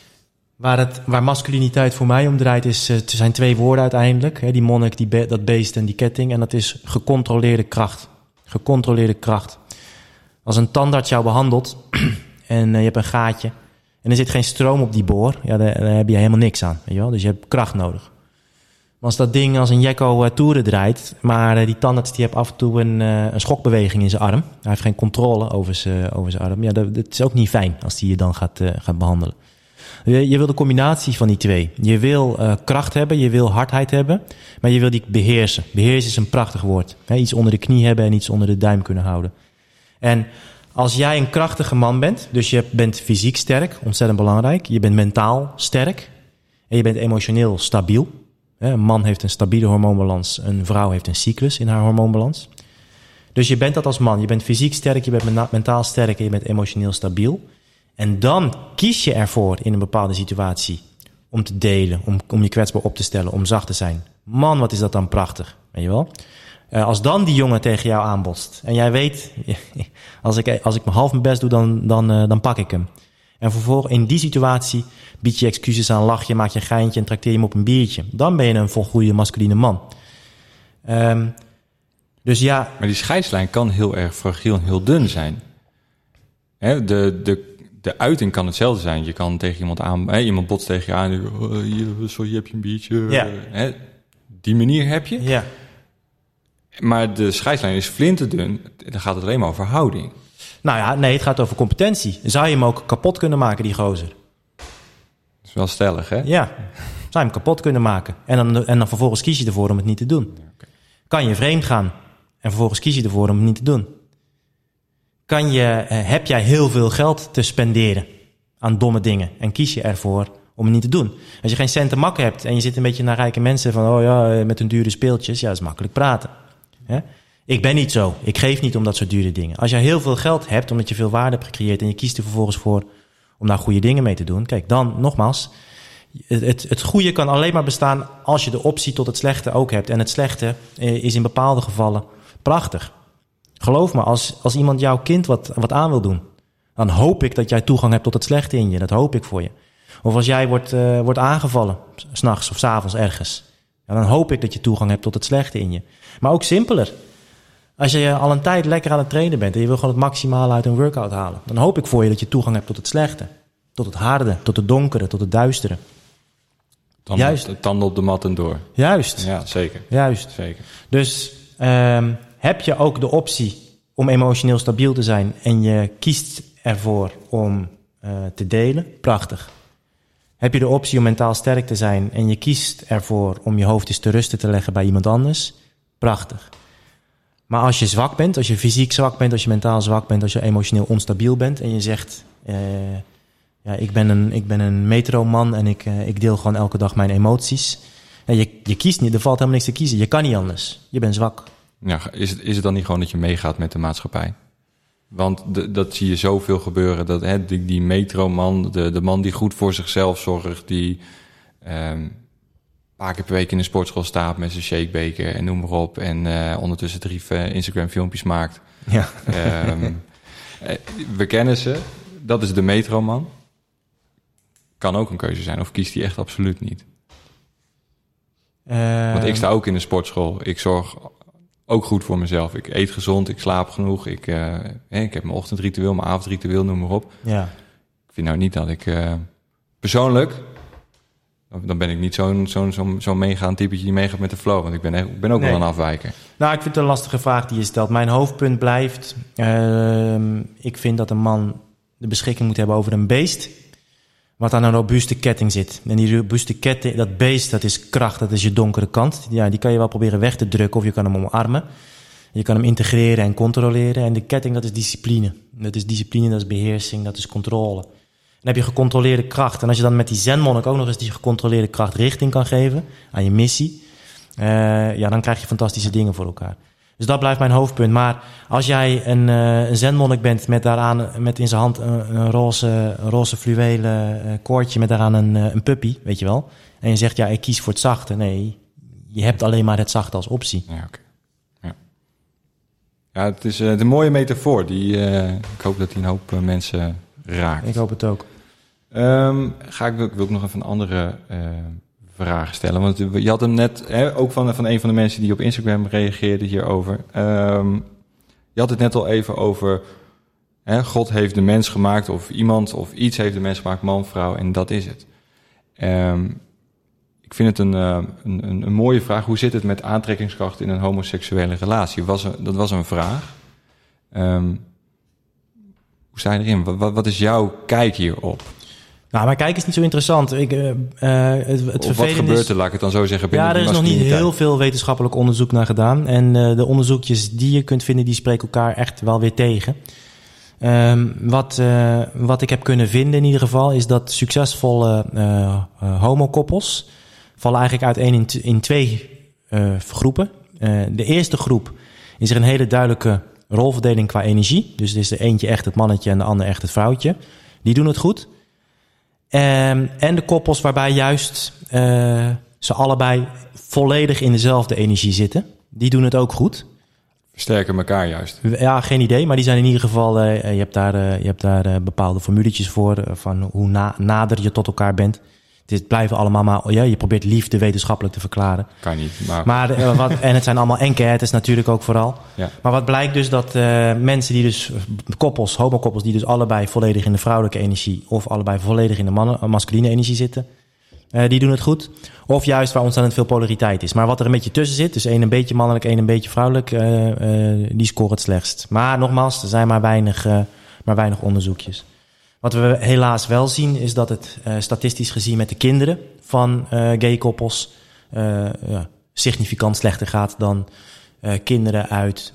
waar masculiniteit voor mij om draait, er zijn 2 woorden uiteindelijk. Die monnik, dat beest en die ketting. En dat is gecontroleerde kracht. Gecontroleerde kracht. Als een tandarts jou behandelt en je hebt een gaatje en er zit geen stroom op die boor, ja, daar heb je helemaal niks aan. Weet je wel? Dus je hebt kracht nodig. Maar als dat ding als een jekko toeren draait, maar die tandarts die heeft af en toe een schokbeweging in zijn arm, hij heeft geen controle over zijn arm, ja, dat is ook niet fijn als die je dan gaat behandelen. Je wil de combinatie van die 2. Je wil kracht hebben, je wil hardheid hebben, maar je wil die beheersen. Beheersen is een prachtig woord. Iets onder de knie hebben en iets onder de duim kunnen houden. En als jij een krachtige man bent, dus je bent fysiek sterk, ontzettend belangrijk. Je bent mentaal sterk en je bent emotioneel stabiel. Een man heeft een stabiele hormoonbalans, een vrouw heeft een cyclus in haar hormoonbalans. Dus je bent dat als man. Je bent fysiek sterk, je bent mentaal sterk en je bent emotioneel stabiel. En dan kies je ervoor in een bepaalde situatie om te delen, om je kwetsbaar op te stellen, om zacht te zijn. Man, wat is dat dan prachtig, weet je wel? Als dan die jongen tegen jou aanbotst en jij weet, als ik maar half mijn best doe, dan pak ik hem. En vervolgens in die situatie bied je excuses aan, lach je, maak je een geintje en trakteer je hem op een biertje. Dan ben je een volgoede masculine man. Dus ja. Maar die scheidslijn kan heel erg fragiel en heel dun zijn. Hè, de uiting kan hetzelfde zijn. Je kan tegen iemand aan, iemand botst tegen je aan. Sorry, heb je een biertje? Ja. Die manier heb je. Ja. Maar de scheidslijn is flinterdun. Dan gaat het alleen maar over houding. Nou ja, nee, het gaat over competentie. Zou je hem ook kapot kunnen maken, die gozer? Dat is wel stellig, hè? Ja, zou je hem kapot kunnen maken. En dan vervolgens kies je ervoor om het niet te doen. Ja, okay. Kan je vreemd gaan en vervolgens kies je ervoor om het niet te doen. Heb jij heel veel geld te spenderen aan domme dingen en kies je ervoor om het niet te doen. Als je geen cent te makken hebt en je zit een beetje naar rijke mensen van, met hun dure speeltjes, ja, dat is makkelijk praten. Hè? Ik ben niet zo. Ik geef niet om dat soort dure dingen. Als jij heel veel geld hebt, omdat je veel waarde hebt gecreëerd en je kiest er vervolgens voor om daar goede dingen mee te doen. Kijk, dan nogmaals, het goede kan alleen maar bestaan als je de optie tot het slechte ook hebt. En het slechte is in bepaalde gevallen prachtig. Geloof me, als iemand jouw kind wat aan wil doen, dan hoop ik dat jij toegang hebt tot het slechte in je. Dat hoop ik voor je. Of als jij wordt aangevallen, 's nachts of 's avonds ergens, dan hoop ik dat je toegang hebt tot het slechte in je. Maar ook simpeler. Als je al een tijd lekker aan het trainen bent en je wil gewoon het maximale uit een workout halen, dan hoop ik voor je dat je toegang hebt tot het slechte. Tot het harde, tot het donkere, tot het duistere. Tanden op de mat en door. Juist. Ja, zeker. Juist. Zeker. Dus heb je ook de optie om emotioneel stabiel te zijn en je kiest ervoor om te delen? Prachtig. Heb je de optie om mentaal sterk te zijn en je kiest ervoor om je hoofd eens te rusten te leggen bij iemand anders? Prachtig. Maar als je zwak bent, als je fysiek zwak bent, als je mentaal zwak bent, als je emotioneel onstabiel bent en je zegt, ik ben een metroman en ik deel gewoon elke dag mijn emoties. Ja, je kiest niet, er valt helemaal niks te kiezen. Je kan niet anders. Je bent zwak. Ja, is het dan niet gewoon dat je meegaat met de maatschappij? Want dat zie je zoveel gebeuren. Dat die metroman, de man die goed voor zichzelf zorgt, die een paar keer per week in de sportschool staat met zijn shakebeker en noem maar op. En ondertussen 3 Instagram filmpjes maakt. Ja. We kennen ze. Dat is de metroman. Kan ook een keuze zijn. Of kiest hij echt absoluut niet? Want ik sta ook in de sportschool. Ik zorg ook goed voor mezelf. Ik eet gezond, ik slaap genoeg. Ik heb mijn ochtendritueel, mijn avondritueel, noem maar op. Ja. Ik vind nou niet dat ik persoonlijk... Dan ben ik niet zo'n meegaand typetje die meegaat met de flow. Want ik ben ook wel een afwijker. Nou, ik vind het een lastige vraag die je stelt. Mijn hoofdpunt blijft... ik vind dat een man de beschikking moet hebben over een beest... wat aan een robuuste ketting zit. En die robuuste ketting, dat beest, dat is kracht, dat is je donkere kant. Ja, die kan je wel proberen weg te drukken of je kan hem omarmen. Je kan hem integreren en controleren. En de ketting, dat is discipline. Dat is discipline, dat is beheersing, dat is controle. Dan heb je gecontroleerde kracht. En als je dan met die zenmonnik ook nog eens die gecontroleerde kracht richting kan geven aan je missie, dan krijg je fantastische dingen voor elkaar. Dus dat blijft mijn hoofdpunt. Maar als jij een zenmonnik bent met in zijn hand een roze fluwelen koordje met daaraan een puppy, weet je wel. En je zegt, ja, ik kies voor het zachte. Nee, je hebt alleen maar het zachte als optie. Ja, oké. Ja, het is een mooie metafoor. Ik hoop dat die een hoop mensen raakt. Ik hoop het ook. Wil ik nog even een andere vraag stellen. Want je had hem net, ook van een van de mensen die op Instagram reageerde hierover. Je had het net al even over... God heeft de mens gemaakt, of iemand of iets heeft de mens gemaakt, man, vrouw, en dat is het. Ik vind het een mooie vraag. Hoe zit het met aantrekkingskracht in een homoseksuele relatie? Dat was een vraag. Hoe sta je erin? Wat is jouw kijk hierop? Nou, mijn kijk is niet zo interessant. Wat gebeurt er, laat ik het dan zo zeggen, binnen er is nog niet heel veel wetenschappelijk onderzoek naar gedaan. En de onderzoekjes die je kunt vinden, die spreken elkaar echt wel weer tegen. Wat ik heb kunnen vinden in ieder geval, is dat succesvolle homokoppels vallen eigenlijk uiteen in 2 groepen. De eerste groep is er een hele duidelijke rolverdeling qua energie. Dus er is er eentje echt het mannetje en de ander echt het vrouwtje. Die doen het goed. En de koppels waarbij juist ze allebei volledig in dezelfde energie zitten. Die doen het ook goed. Versterken elkaar juist. Ja, geen idee. Maar die zijn in ieder geval... je hebt daar bepaalde formuletjes voor... van hoe nader je tot elkaar bent. Het blijven allemaal maar... Ja, je probeert liefde wetenschappelijk te verklaren. Kan niet. En het zijn allemaal enquêtes natuurlijk ook vooral. Ja. Maar wat blijkt dus dat mensen die dus... homokoppels die dus allebei volledig in de vrouwelijke energie... of allebei volledig in de masculine energie zitten... die doen het goed. Of juist waar ontzettend veel polariteit is. Maar wat er een beetje tussen zit... dus één een beetje mannelijk, één een beetje vrouwelijk... die scoren het slechtst. Maar nogmaals, er zijn maar weinig onderzoekjes. Wat we helaas wel zien is dat het statistisch gezien met de kinderen van gay koppels significant slechter gaat dan kinderen uit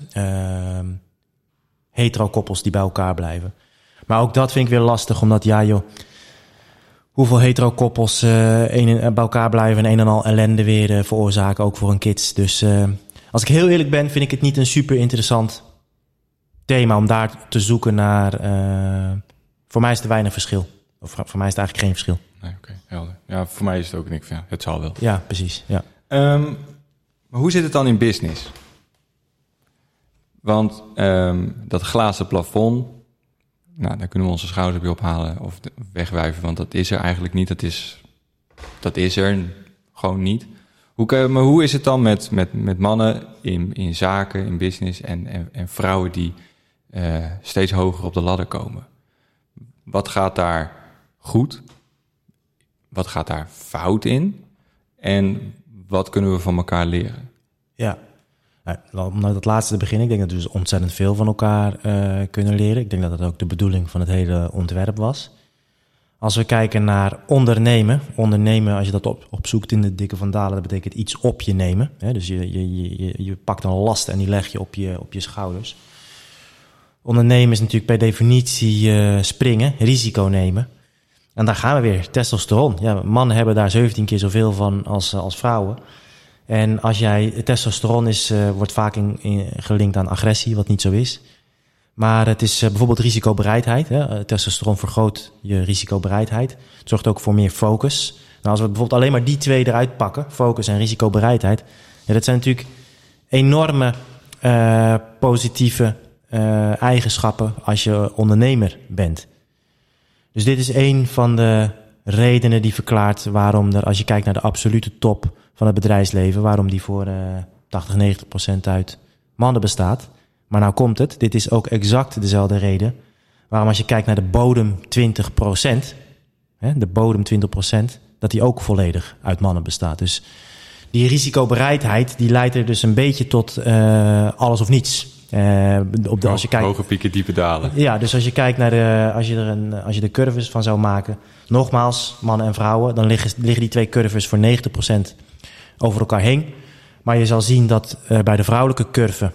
hetero koppels die bij elkaar blijven. Maar ook dat vind ik weer lastig, omdat hoeveel hetero koppels bij elkaar blijven en een en al ellende weer veroorzaken, ook voor hun kids. Dus als ik heel eerlijk ben, vind ik het niet een super interessant thema om daar te zoeken naar... Voor mij is er weinig verschil. Of voor mij is het eigenlijk geen verschil. Nee, oké, helder. Ja, voor mij is het ook niks. Ja, het zal wel. Ja, precies. Ja. Maar hoe zit het dan in business? Want dat glazen plafond... Nou, daar kunnen we onze schouders op ophalen of wegwijven. Want dat is er eigenlijk niet. Dat is er gewoon niet. Maar hoe is het dan met mannen in zaken, in business en vrouwen die steeds hoger op de ladder komen? Wat gaat daar goed? Wat gaat daar fout in? En wat kunnen we van elkaar leren? Ja, om met dat laatste te beginnen. Ik denk dat we dus ontzettend veel van elkaar kunnen leren. Ik denk dat dat ook de bedoeling van het hele ontwerp was. Als we kijken naar ondernemen, als je dat opzoekt in de Dikke Van Dalen, dat betekent iets op je nemen. Hè? Dus je pakt een last en die leg je op je schouders. Ondernemen is natuurlijk per definitie springen, risico nemen. En daar gaan we weer, testosteron. Ja, mannen hebben daar 17 keer zoveel van als vrouwen. En testosteron wordt vaak gelinkt aan agressie, wat niet zo is. Maar het is bijvoorbeeld risicobereidheid. Hè. Testosteron vergroot je risicobereidheid. Het zorgt ook voor meer focus. Nou, als we bijvoorbeeld alleen maar die twee eruit pakken, focus en risicobereidheid. Ja, dat zijn natuurlijk enorme positieve eigenschappen als je ondernemer bent. Dus dit is een van de redenen die verklaart waarom als je kijkt naar de absolute top van het bedrijfsleven, waarom die voor 80-90% uit mannen bestaat. Maar nou komt het, dit is ook exact dezelfde reden waarom als je kijkt naar de bodem 20%, dat die ook volledig uit mannen bestaat. Dus die risicobereidheid, die leidt er dus een beetje tot alles of niets. Als je kijkt, hoge pieken, diepe dalen. Ja, dus als je kijkt naar als je de curves van zou maken, nogmaals, mannen en vrouwen, dan liggen die twee curves voor 90% over elkaar heen. Maar je zal zien dat bij de vrouwelijke curve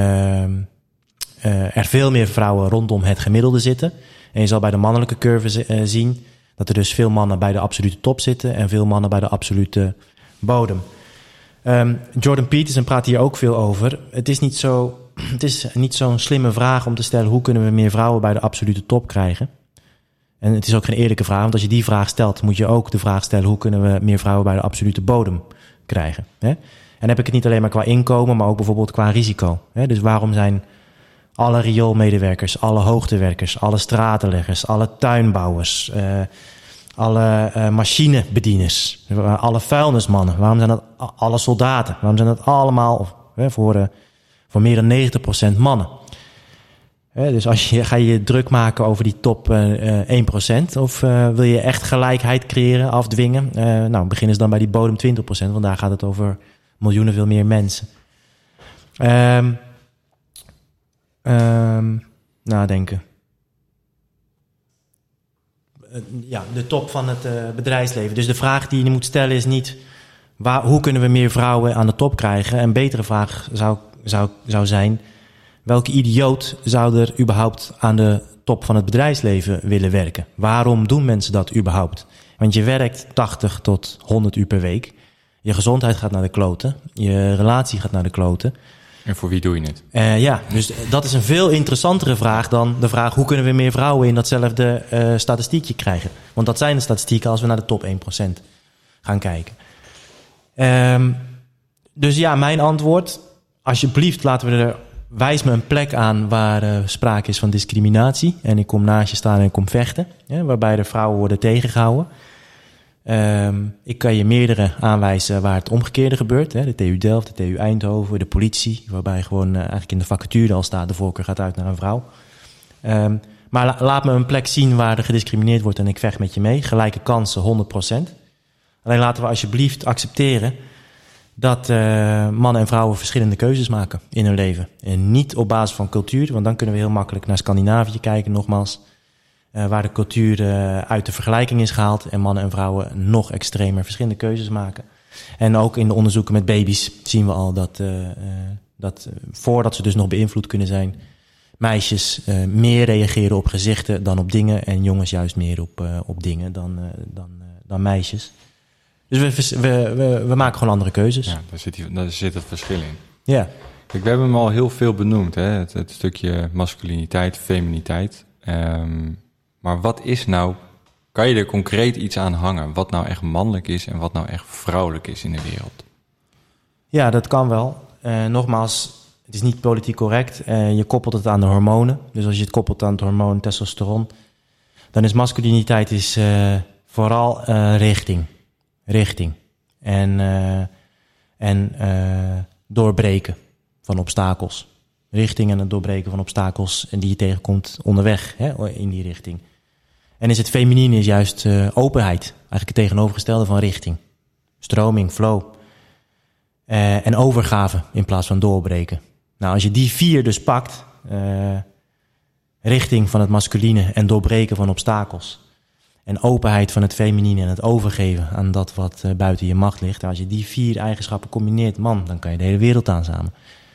er veel meer vrouwen rondom het gemiddelde zitten. En je zal bij de mannelijke curve zien dat er dus veel mannen bij de absolute top zitten en veel mannen bij de absolute bodem. Jordan Peterson praat hier ook veel over. Het is niet zo'n slimme vraag om te stellen hoe kunnen we meer vrouwen bij de absolute top krijgen. En het is ook geen eerlijke vraag, want als je die vraag stelt, moet je ook de vraag stellen hoe kunnen we meer vrouwen bij de absolute bodem krijgen. Hè? En dan heb ik het niet alleen maar qua inkomen, maar ook bijvoorbeeld qua risico. Hè? Dus waarom zijn alle rioolmedewerkers, alle hoogtewerkers, alle stratenleggers, alle tuinbouwers, alle machinebedieners, alle vuilnismannen, waarom zijn dat alle soldaten? Waarom zijn dat allemaal voor meer dan 90% mannen? Dus ga je druk maken over die top 1%? Of wil je echt gelijkheid creëren, afdwingen? Begin eens dan bij die bodem 20%, want daar gaat het over miljoenen veel meer mensen. Nadenken. De top van het bedrijfsleven. Dus de vraag die je moet stellen is niet hoe kunnen we meer vrouwen aan de top krijgen? Een betere vraag zou zijn, welke idioot zou er überhaupt aan de top van het bedrijfsleven willen werken? Waarom doen mensen dat überhaupt? Want je werkt 80 tot 100 uur per week. Je gezondheid gaat naar de kloten. Je relatie gaat naar de kloten. En voor wie doe je het? Dus dat is een veel interessantere vraag dan de vraag hoe kunnen we meer vrouwen in datzelfde statistiekje krijgen. Want dat zijn de statistieken als we naar de top 1% gaan kijken. Dus ja, mijn antwoord, alsjeblieft wijs me een plek aan waar sprake is van discriminatie. En ik kom naast je staan en ik kom vechten. Waarbij de vrouwen worden tegengehouden. Ik kan je meerdere aanwijzen waar het omgekeerde gebeurt. De TU Delft, de TU Eindhoven, de politie. Waarbij gewoon eigenlijk in de vacature al staat, de voorkeur gaat uit naar een vrouw. Maar laat me een plek zien waar er gediscrimineerd wordt en ik vecht met je mee. Gelijke kansen, 100%. Alleen laten we alsjeblieft accepteren dat mannen en vrouwen verschillende keuzes maken in hun leven. En niet op basis van cultuur, want dan kunnen we heel makkelijk naar Scandinavië kijken, nogmaals. Waar de cultuur uit de vergelijking is gehaald en mannen en vrouwen nog extremer verschillende keuzes maken. En ook in de onderzoeken met baby's zien we al dat voordat ze dus nog beïnvloed kunnen zijn, meisjes meer reageren op gezichten dan op dingen en jongens juist meer op dingen dan meisjes. Dus we maken gewoon andere keuzes. Ja, daar zit het verschil in. Ja. Kijk, we hebben hem al heel veel benoemd, hè? Het stukje masculiniteit, feminiteit. Maar wat is nou, kan je er concreet iets aan hangen? Wat nou echt mannelijk is en wat nou echt vrouwelijk is in de wereld? Ja, dat kan wel. Nogmaals, het is niet politiek correct. Je koppelt het aan de hormonen. Dus als je het koppelt aan het hormoon testosteron, dan is masculiniteit vooral richting. En en doorbreken van obstakels. Richting en het doorbreken van obstakels en die je tegenkomt onderweg, in die richting. En is het feminine is juist openheid. Eigenlijk het tegenovergestelde van richting. Stroming, flow. En overgave in plaats van doorbreken. Nou, als je die 4 dus pakt, richting van het masculine en doorbreken van obstakels. En openheid van het feminine en het overgeven aan dat wat buiten je macht ligt. Als je die 4 eigenschappen combineert, man, dan kan je de hele wereld aan samen.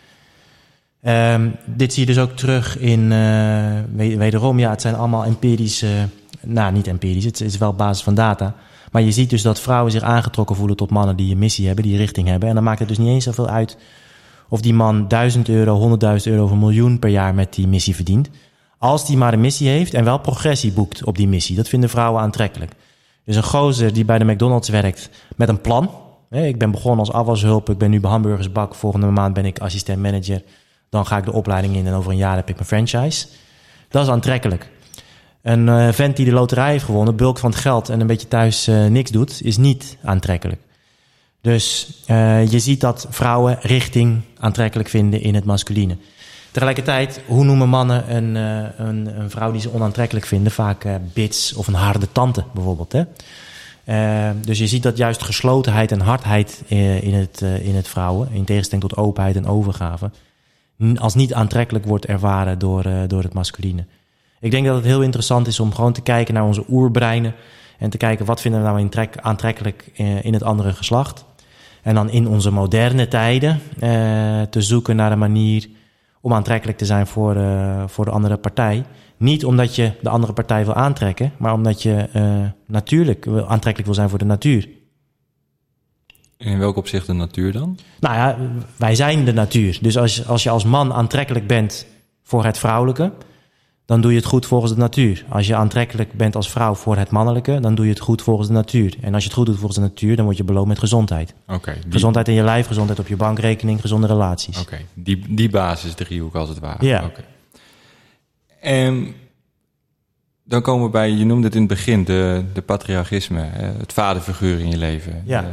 Dit zie je dus ook terug in, wederom, het zijn allemaal empirische, niet empirisch, het is wel op basis van data. Maar je ziet dus dat vrouwen zich aangetrokken voelen tot mannen die een missie hebben, die een richting hebben. En dan maakt het dus niet eens zoveel uit of die man €1.000, €100.000 of €1 miljoen per jaar met die missie verdient. Als die maar een missie heeft en wel progressie boekt op die missie. Dat vinden vrouwen aantrekkelijk. Dus een gozer die bij de McDonald's werkt met een plan. Ik ben begonnen als afwashulp, ik ben nu bij hamburgersbak. Volgende maand ben ik assistent manager. Dan ga ik de opleiding in en over een jaar heb ik mijn franchise. Dat is aantrekkelijk. Een vent die de loterij heeft gewonnen, bulk van het geld en een beetje thuis niks doet, is niet aantrekkelijk. Dus je ziet dat vrouwen richting aantrekkelijk vinden in het masculine. Tegelijkertijd, hoe noemen mannen een vrouw die ze onaantrekkelijk vinden? Vaak bits of een harde tante bijvoorbeeld. Hè? Dus je ziet dat juist geslotenheid en hardheid in het vrouwen, in tegenstelling tot openheid en overgave, als niet aantrekkelijk wordt ervaren door het masculine. Ik denk dat het heel interessant is om gewoon te kijken naar onze oerbreinen en te kijken wat vinden we nou aantrekkelijk in het andere geslacht. En dan in onze moderne tijden te zoeken naar een manier om aantrekkelijk te zijn voor de andere partij. Niet omdat je de andere partij wil aantrekken, maar omdat je natuurlijk aantrekkelijk wil zijn voor de natuur. En in welk opzicht de natuur dan? Nou ja, wij zijn de natuur. Dus als je als man aantrekkelijk bent voor het vrouwelijke, dan doe je het goed volgens de natuur. Als je aantrekkelijk bent als vrouw voor het mannelijke, dan doe je het goed volgens de natuur. En als je het goed doet volgens de natuur, dan word je beloond met gezondheid. Gezondheid in je lijf, gezondheid op je bankrekening, gezonde relaties. Oké, die basisdriehoek als het ware. Ja. Okay. En dan komen we bij, je noemde het in het begin, de patriarchisme, het vaderfiguur in je leven. Ja.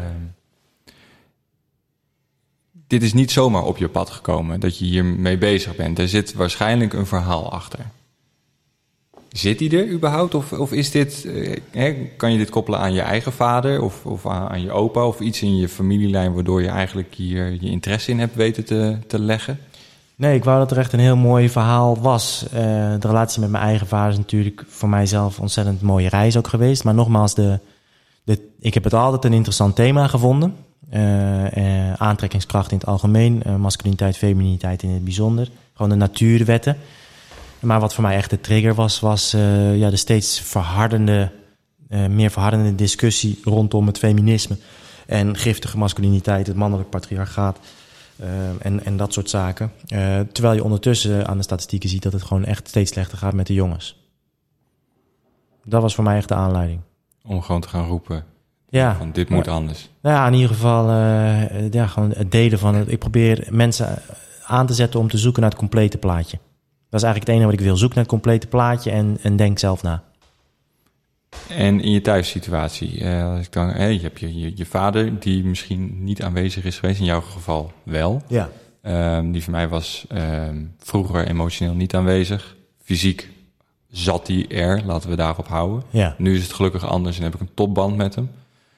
Dit is niet zomaar op je pad gekomen, dat je hiermee bezig bent. Er zit waarschijnlijk een verhaal achter. Zit die er überhaupt? Of is dit, kan je dit koppelen aan je eigen vader of aan je opa of iets in je familielijn waardoor je eigenlijk hier je interesse in hebt weten te leggen? Nee, ik wou dat er echt een heel mooi verhaal was. De relatie met mijn eigen vader is natuurlijk voor mijzelf een ontzettend mooie reis ook geweest. Maar nogmaals, ik heb het altijd een interessant thema gevonden. Aantrekkingskracht in het algemeen, masculiniteit, femininiteit in het bijzonder. Gewoon de natuurwetten. Maar wat voor mij echt de trigger was de steeds meer verhardende discussie rondom het feminisme. En giftige masculiniteit, het mannelijk patriarchaat en dat soort zaken. Terwijl je ondertussen aan de statistieken ziet dat het gewoon echt steeds slechter gaat met de jongens. Dat was voor mij echt de aanleiding. Om gewoon te gaan roepen. Ja. Van dit moet anders. Nou ja, in ieder geval gewoon het delen van het. Ik probeer mensen aan te zetten om te zoeken naar het complete plaatje. Dat is eigenlijk het enige wat ik wil. Zoek naar het complete plaatje en denk zelf na. En in je thuissituatie, je hebt je vader die misschien niet aanwezig is geweest, in jouw geval wel. Ja. Die van mij was vroeger emotioneel niet aanwezig. Fysiek zat hij er, laten we daarop houden. Ja. Nu is het gelukkig anders en heb ik een topband met hem.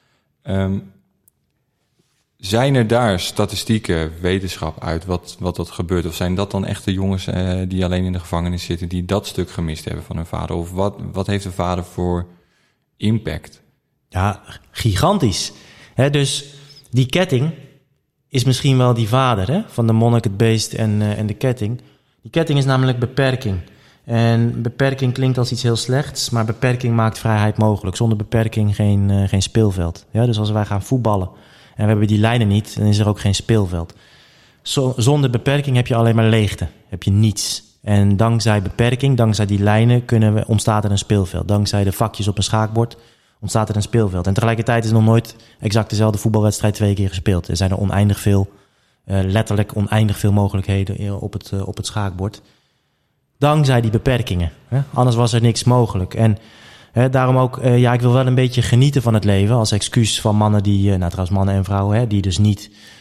Zijn er daar statistieken, wetenschap uit wat dat gebeurt? Of zijn dat dan echt de jongens die alleen in de gevangenis zitten, die dat stuk gemist hebben van hun vader? Of wat heeft de vader voor impact? Ja, gigantisch. Dus die ketting is misschien wel die vader, van de monnik, het beest en de ketting. Die ketting is namelijk beperking. En beperking klinkt als iets heel slechts, maar beperking maakt vrijheid mogelijk. Zonder beperking geen speelveld. Ja, dus als wij gaan voetballen en we hebben die lijnen niet, dan is er ook geen speelveld. Zonder beperking heb je alleen maar leegte, heb je niets. En dankzij beperking, dankzij die lijnen, ontstaat er een speelveld. Dankzij de vakjes op een schaakbord ontstaat er een speelveld. En tegelijkertijd is nog nooit exact dezelfde voetbalwedstrijd 2 keer gespeeld. Er zijn er oneindig veel, letterlijk oneindig veel mogelijkheden op het schaakbord. Dankzij die beperkingen. Anders was er niks mogelijk. En daarom ook, ik wil wel een beetje genieten van het leven. Als excuus van mannen trouwens mannen en vrouwen, die dus niet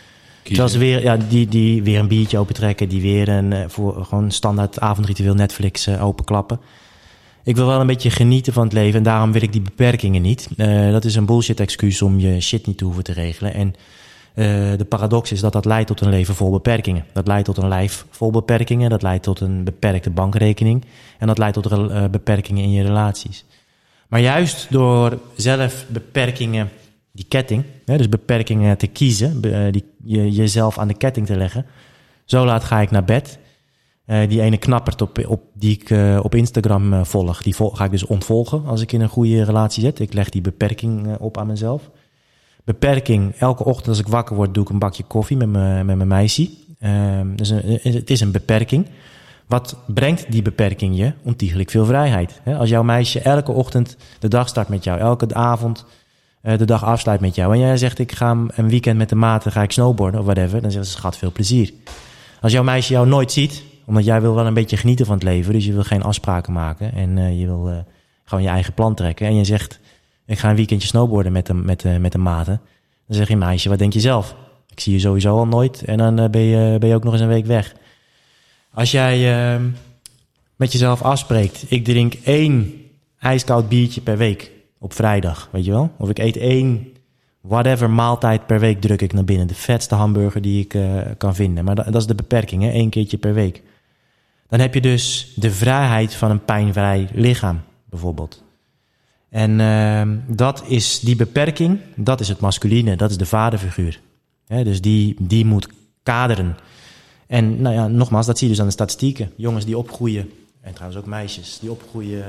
Terwijl ze weer, die weer een biertje opentrekken, die weer voor gewoon standaard avondritueel Netflix openklappen. Ik wil wel een beetje genieten van het leven en daarom wil ik die beperkingen niet. Dat is een bullshit excuus om je shit niet te hoeven te regelen. En de paradox is dat leidt tot een leven vol beperkingen. Dat leidt tot een lijf vol beperkingen. Dat leidt tot een beperkte bankrekening. En dat leidt tot beperkingen in je relaties. Maar juist door zelf beperkingen, die ketting, dus beperkingen te kiezen, jezelf aan de ketting te leggen. Zo laat ga ik naar bed. Die ene knappert die ik op Instagram volg, die ga ik dus ontvolgen als ik in een goede relatie zit. Ik leg die beperking op aan mezelf. Beperking, elke ochtend als ik wakker word, doe ik een bakje koffie met mijn meisje. Dus het is een beperking. Wat brengt die beperking je? Ontiegelijk veel vrijheid. Als jouw meisje elke ochtend de dag start met jou, elke avond de dag afsluit met jou. En jij zegt, ik ga een weekend met de maten, ga ik snowboarden of whatever. Dan zegt ze, schat, veel plezier. Als jouw meisje jou nooit ziet, omdat jij wil wel een beetje genieten van het leven. Dus je wil geen afspraken maken. En je wil gewoon je eigen plan trekken. En je zegt, ik ga een weekendje snowboarden met de maten. Dan zeg je, meisje, wat denk je zelf? Ik zie je sowieso al nooit. En dan ben je ook nog eens een week weg. Als jij met jezelf afspreekt, ik drink 1 ijskoud biertje per week op vrijdag, weet je wel? Of ik eet 1 whatever maaltijd per week druk ik naar binnen. De vetste hamburger die ik kan vinden. Maar dat is de beperking, hè? 1 keertje per week. Dan heb je dus de vrijheid van een pijnvrij lichaam, bijvoorbeeld. En dat is die beperking, dat is het masculine, dat is de vaderfiguur. Dus die moet kaderen. En nou ja, nogmaals, dat zie je dus aan de statistieken. Jongens die opgroeien, en trouwens ook meisjes, die opgroeien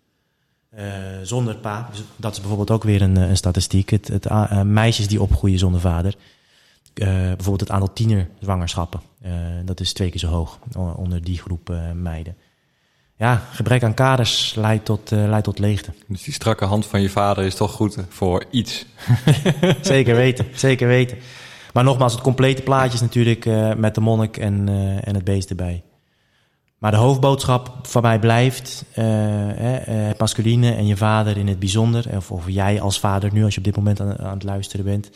zonder pa. Dus dat is bijvoorbeeld ook weer een statistiek. Meisjes die opgroeien zonder vader. Bijvoorbeeld het aantal tienerzwangerschappen. Dat is 2 keer zo hoog onder die groep meiden. Ja, gebrek aan kaders leidt tot leegte. Dus die strakke hand van je vader is toch goed voor iets. Zeker weten. Maar nogmaals, het complete plaatje is natuurlijk met de monnik en het beest erbij. Maar de hoofdboodschap van mij blijft het masculine en je vader in het bijzonder. Of jij als vader nu, als je op dit moment aan het luisteren bent.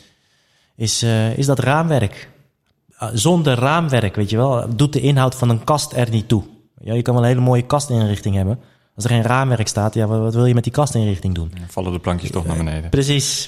Is dat raamwerk. Zonder raamwerk, weet je wel, doet de inhoud van een kast er niet toe. Ja, je kan wel een hele mooie kastinrichting hebben. Als er geen raamwerk staat, ja, wat wil je met die kastinrichting doen? Dan vallen de plankjes toch naar beneden. Precies.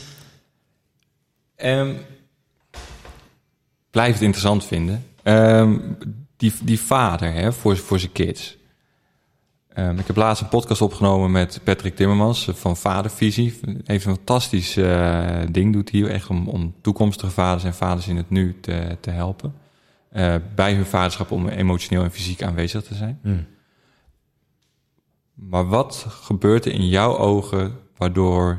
Blijf het interessant vinden. Die vader, hè, voor zijn kids. Ik heb laatst een podcast opgenomen met Patrick Timmermans van Vadervisie. Hij heeft een fantastisch ding, doet hij echt om toekomstige vaders en vaders in het nu te helpen. Bij hun vaderschap om emotioneel en fysiek aanwezig te zijn. Maar wat gebeurt er in jouw ogen waardoor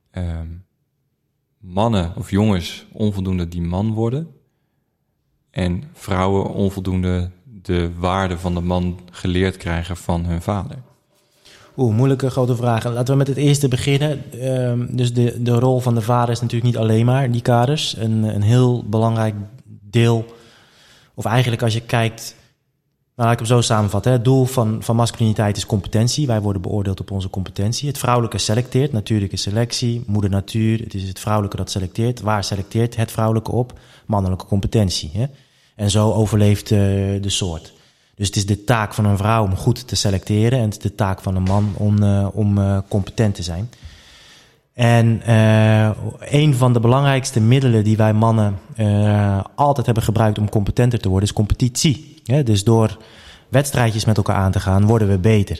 mannen of jongens onvoldoende die man worden en vrouwen onvoldoende de waarde van de man geleerd krijgen van hun vader? Moeilijke grote vragen. Laten we met het eerste beginnen. Dus de rol van de vader is natuurlijk niet alleen maar die kaders. Een heel belangrijk deel, of eigenlijk als je kijkt, nou, laat ik hem zo samenvatten. Het doel van masculiniteit is competentie. Wij worden beoordeeld op onze competentie. Het vrouwelijke selecteert, natuurlijke selectie, moeder natuur. Het is het vrouwelijke dat selecteert. Waar selecteert het vrouwelijke op? Mannelijke competentie. Hè? En zo overleeft de soort. Dus het is de taak van een vrouw om goed te selecteren en het is de taak van een man om competent te zijn. En een van de belangrijkste middelen die wij mannen altijd hebben gebruikt om competenter te worden is competitie. Ja, dus door wedstrijdjes met elkaar aan te gaan worden we beter.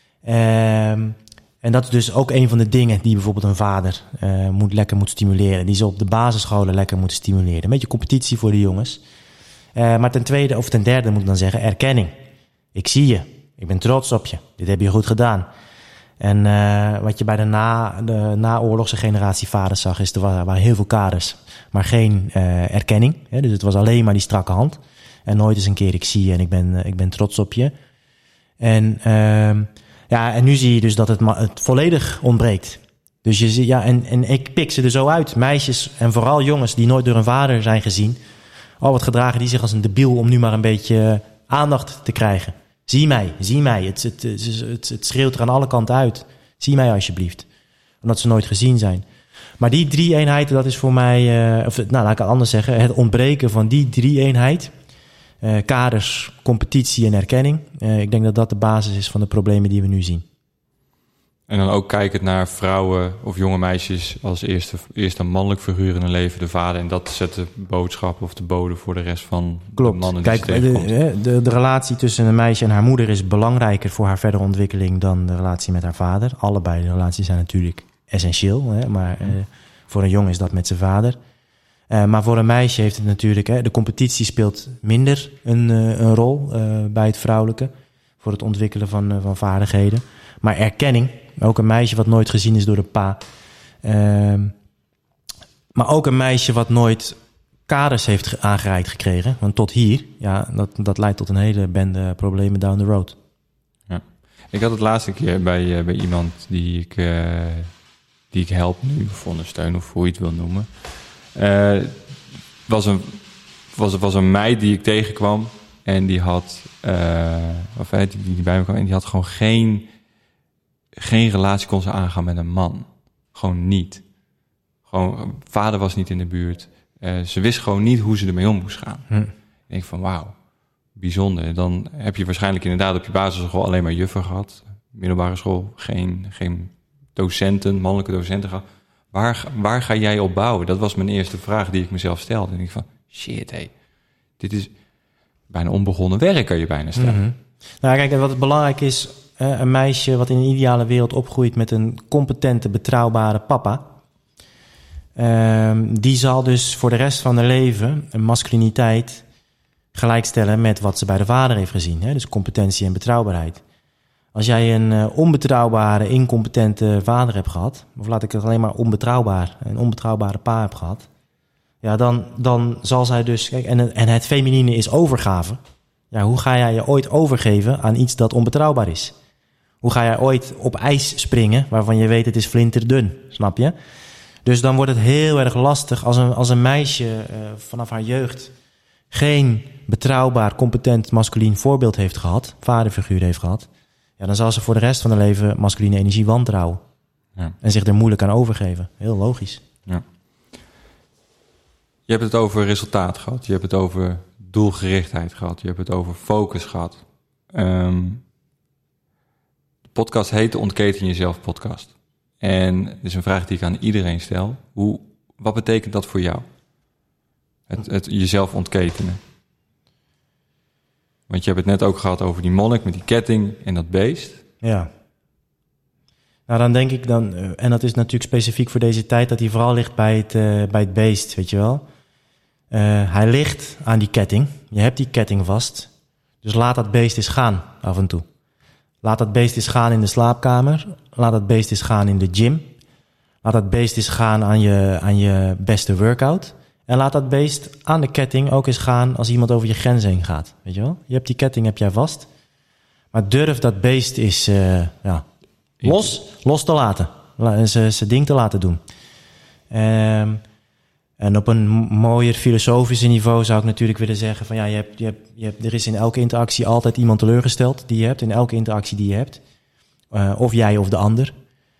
En dat is dus ook een van de dingen die bijvoorbeeld een vader lekker moet stimuleren. Die ze op de basisscholen lekker moeten stimuleren. Een beetje competitie voor de jongens. Maar ten derde moet ik dan zeggen, erkenning. Ik zie je. Ik ben trots op je. Dit heb je goed gedaan. En wat je bij de naoorlogse generatie vaders zag, is er waren heel veel kaders, maar geen erkenning. Hè? Dus het was alleen maar die strakke hand. En nooit eens een keer, ik zie je en ik ben trots op je. En nu zie je dus dat het volledig ontbreekt. Dus je ziet, ja, en ik pik ze er zo uit. Meisjes en vooral jongens die nooit door een vader zijn gezien. Oh, wat gedragen die zich als een debiel om nu maar een beetje aandacht te krijgen. Zie mij. Het schreeuwt er aan alle kanten uit. Zie mij alsjeblieft. Omdat ze nooit gezien zijn. Maar die 3 eenheden, dat is voor mij... laat ik het anders zeggen. Het ontbreken van die 3 eenheid... kaders, competitie en erkenning. Ik denk dat dat de basis is van de problemen die we nu zien. En dan ook kijkend naar vrouwen of jonge meisjes als eerste mannelijk figuur in hun leven, de vader. En dat zet de boodschap of de bode voor de rest van de mannen die Kijk, ze tegenkomt. de relatie tussen een meisje en haar moeder is belangrijker voor haar verdere ontwikkeling dan de relatie met haar vader. Allebei de relaties zijn natuurlijk essentieel, maar voor een jongen is dat met zijn vader. Maar voor een meisje heeft het natuurlijk... de competitie speelt minder een rol bij het vrouwelijke... voor het ontwikkelen van vaardigheden. Maar erkenning, ook een meisje wat nooit gezien is door een pa... maar ook een meisje wat nooit kaders heeft aangereikt gekregen... want tot hier, dat leidt tot een hele bende problemen down the road. Ja. Ik had het laatste keer bij iemand die ik help nu... of ondersteun, of hoe je het wil noemen... was een meid die ik tegenkwam en die had die bij me kwam en die had gewoon geen relatie kon ze aangaan met een man. Gewoon niet. Gewoon, vader was niet in de buurt. Ze wist gewoon niet hoe ze ermee om moest gaan. Ik denk van wauw, bijzonder. Dan heb je waarschijnlijk inderdaad op je basisschool alleen maar juffen gehad. Middelbare school, geen docenten, mannelijke docenten gehad. Waar ga jij op bouwen? Dat was mijn eerste vraag die ik mezelf stelde. En ik van, shit, dit is bijna onbegonnen werk, kan je bijna stellen. Mm-hmm. Nou, kijk, wat belangrijk is, een meisje wat in een ideale wereld opgroeit met een competente, betrouwbare papa, die zal dus voor de rest van haar leven een masculiniteit gelijkstellen met wat ze bij de vader heeft gezien. Dus competentie en betrouwbaarheid. Als jij een onbetrouwbare, incompetente vader hebt gehad, of laat ik het alleen maar een onbetrouwbare pa heb gehad, ja, dan zal zij dus... Kijk, en het feminine is overgave. Ja, hoe ga jij je ooit overgeven aan iets dat onbetrouwbaar is? Hoe ga jij ooit op ijs springen waarvan je weet het is flinterdun, snap je? Dus dan wordt het heel erg lastig als een meisje vanaf haar jeugd geen betrouwbaar, competent, masculien voorbeeld heeft gehad, vaderfiguur heeft gehad, ja, dan zal ze voor de rest van haar leven masculine energie wantrouwen. Ja. En zich er moeilijk aan overgeven. Heel logisch. Ja. Je hebt het over resultaat gehad. Je hebt het over doelgerichtheid gehad. Je hebt het over focus gehad. De podcast heet de Ontketen Jezelf podcast. En het is een vraag die ik aan iedereen stel. Wat betekent dat voor jou? Het jezelf ontketenen. Want je hebt het net ook gehad over die monnik met die ketting en dat beest. Ja. Nou, dan denk ik en dat is natuurlijk specifiek voor deze tijd, dat hij vooral ligt bij het beest, weet je wel. Hij ligt aan die ketting. Je hebt die ketting vast. Dus laat dat beest eens gaan af en toe. Laat dat beest eens gaan in de slaapkamer. Laat dat beest eens gaan in de gym. Laat dat beest eens gaan aan je beste workout. En laat dat beest aan de ketting ook eens gaan als iemand over je grens heen gaat. Weet je wel? Je hebt die ketting, heb jij vast. Maar durf dat beest eens los te laten. Zijn ding te laten doen. En op een mooier filosofische niveau zou ik natuurlijk willen zeggen van ja, er is in elke interactie altijd iemand teleurgesteld die je hebt. In elke interactie die je hebt. Of jij of de ander.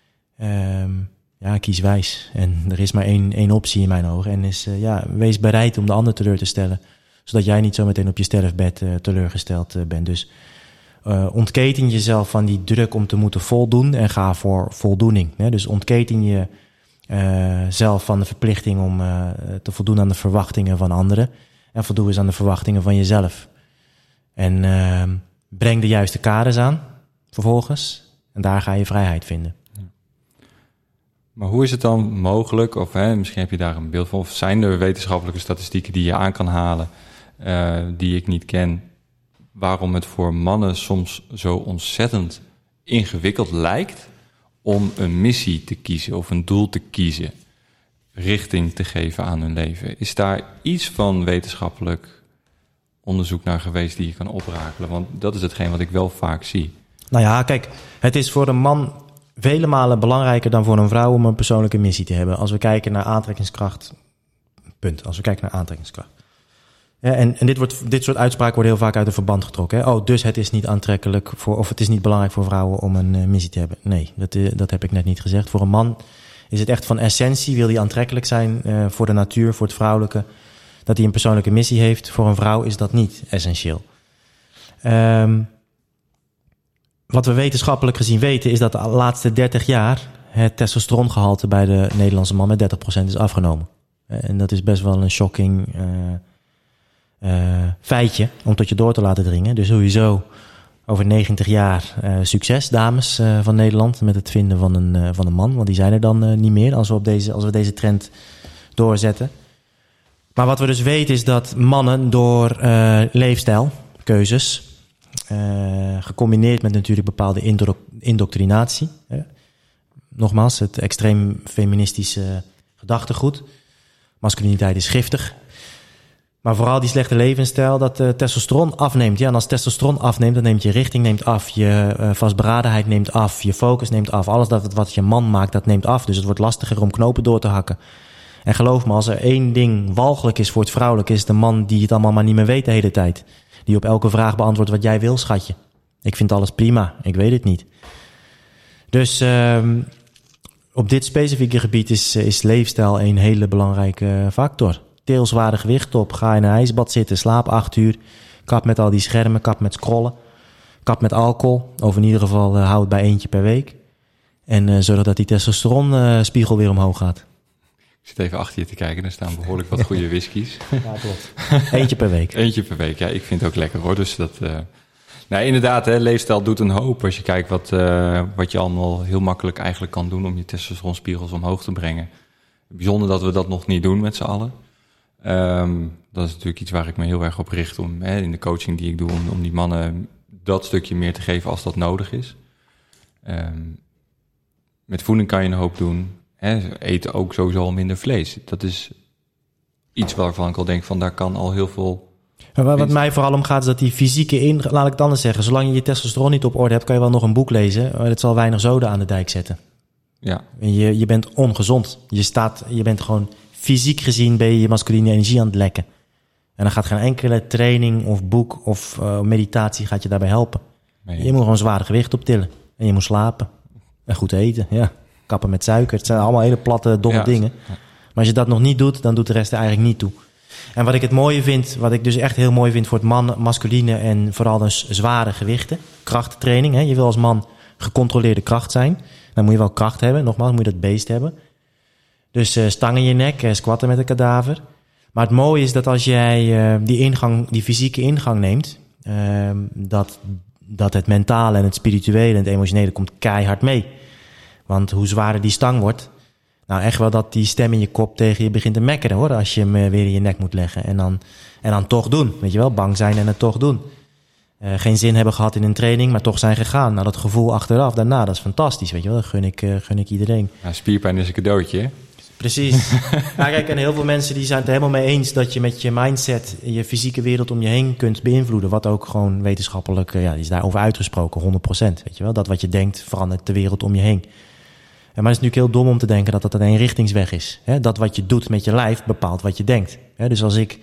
Kies wijs. En er is maar één optie in mijn ogen. En is, wees bereid om de ander teleur te stellen. Zodat jij niet zo meteen op je sterfbed teleurgesteld bent. Dus ontketen jezelf van die druk om te moeten voldoen en ga voor voldoening. Hè? Dus ontketen je zelf van de verplichting om te voldoen aan de verwachtingen van anderen. En voldoen eens aan de verwachtingen van jezelf. En breng de juiste kaders aan vervolgens. En daar ga je vrijheid vinden. Maar hoe is het dan mogelijk, of misschien heb je daar een beeld van, of zijn er wetenschappelijke statistieken die je aan kan halen, die ik niet ken, waarom het voor mannen soms zo ontzettend ingewikkeld lijkt om een missie te kiezen of een doel te kiezen, richting te geven aan hun leven? Is daar iets van wetenschappelijk onderzoek naar geweest die je kan oprakelen? Want dat is hetgeen wat ik wel vaak zie. Nou ja, kijk, het is voor een man vele malen belangrijker dan voor een vrouw om een persoonlijke missie te hebben. Als we kijken naar aantrekkingskracht. Punt. Als we kijken naar aantrekkingskracht. Ja, en dit soort uitspraken worden heel vaak uit een verband getrokken. Hè? Dus het is niet aantrekkelijk of het is niet belangrijk voor vrouwen om een missie te hebben. Nee, dat heb ik net niet gezegd. Voor een man Is het echt van essentie, wil hij aantrekkelijk zijn voor de natuur, voor het vrouwelijke, dat hij een persoonlijke missie heeft. Voor een vrouw is dat niet essentieel. Wat we wetenschappelijk gezien weten is dat de laatste 30 jaar het testosterongehalte bij de Nederlandse man met 30% is afgenomen. En dat is best wel een shocking feitje om tot je door te laten dringen. Dus sowieso over 90 jaar succes, dames van Nederland, met het vinden van een man. Want die zijn er dan niet meer als we deze trend doorzetten. Maar wat we dus weten is dat mannen door leefstijlkeuzes, gecombineerd met natuurlijk bepaalde indoctrinatie, nogmaals, het extreem feministische gedachtegoed. Masculiniteit is giftig. Maar vooral die slechte levensstijl, dat testosteron afneemt. Ja, en als testosteron afneemt, dan neemt je richting neemt af. Je vastberadenheid neemt af. Je focus neemt af. Alles wat je man maakt, dat neemt af. Dus het wordt lastiger om knopen door te hakken. En geloof me, als er één ding walgelijk is voor het vrouwelijk, is de man die het allemaal maar niet meer weet de hele tijd. Die op elke vraag beantwoordt wat jij wil, schatje. Ik vind alles prima, ik weet het niet. Dus op dit specifieke gebied is leefstijl een hele belangrijke factor. Til zware gewicht op, ga in een ijsbad zitten, slaap 8 uur. Kap met al die schermen, kap met scrollen. Kap met alcohol, of in ieder geval hou het bij eentje per week. En zorg dat die testosteronspiegel weer omhoog gaat. Ik zit even achter je te kijken, er staan behoorlijk wat goede whiskies. Ja, klopt. Eentje per week. Eentje per week, ja, ik vind het ook lekker hoor. Dus dat, nou, inderdaad, hè, leefstijl doet een hoop. Als je kijkt wat je allemaal heel makkelijk eigenlijk kan doen om je testosteronspiegels omhoog te brengen. Bijzonder dat we dat nog niet doen met z'n allen. Dat is natuurlijk iets waar ik me heel erg op richt om in de coaching die ik doe, om die mannen dat stukje meer te geven als dat nodig is. Met voeding kan je een hoop doen. Eten ook sowieso al minder vlees. Dat is iets waarvan ik al denk van daar kan al heel veel. Wat mij vooral om gaat is dat die fysieke laat ik het anders zeggen. Zolang je je testosteron niet op orde hebt, kan je wel nog een boek lezen. Maar het zal weinig zoden aan de dijk zetten. Ja. En je bent ongezond. Je bent gewoon fysiek gezien ben je masculine energie aan het lekken. En dan gaat geen enkele training of boek of meditatie gaat je daarbij helpen. Nee. Je moet gewoon zware gewicht optillen. En je moet slapen. En goed eten, ja. Kappen met suiker. Het zijn allemaal hele platte, domme dingen. Maar als je dat nog niet doet, dan doet de rest er eigenlijk niet toe. En wat ik het mooie vind, wat ik dus echt heel mooi vind voor het masculine en vooral dus zware gewichten. Krachttraining. Hè. Je wil als man gecontroleerde kracht zijn. Dan moet je wel kracht hebben. Nogmaals, moet je dat beest hebben. Dus stang in je nek, squatten met een kadaver. Maar het mooie is dat als jij die fysieke ingang neemt, dat het mentale en het spirituele en het emotionele komt keihard mee. Want hoe zwaarder die stang wordt, nou echt wel dat die stem in je kop tegen je begint te mekkeren hoor, als je hem weer in je nek moet leggen. En dan toch doen, weet je wel, bang zijn en het toch doen. Geen zin hebben gehad in een training, maar toch zijn gegaan. Nou, dat gevoel achteraf, daarna, dat is fantastisch, weet je wel. Dat gun ik iedereen. Ja, spierpijn is een cadeautje, hè? Precies. Ja, kijk, en heel veel mensen die zijn het er helemaal mee eens dat je met je mindset je fysieke wereld om je heen kunt beïnvloeden. Wat ook gewoon wetenschappelijk, die is daarover uitgesproken, 100%. Weet je wel, dat wat je denkt verandert de wereld om je heen. Maar het is natuurlijk heel dom om te denken dat dat een eenrichtingsweg is. Dat wat je doet met je lijf bepaalt wat je denkt. Dus als ik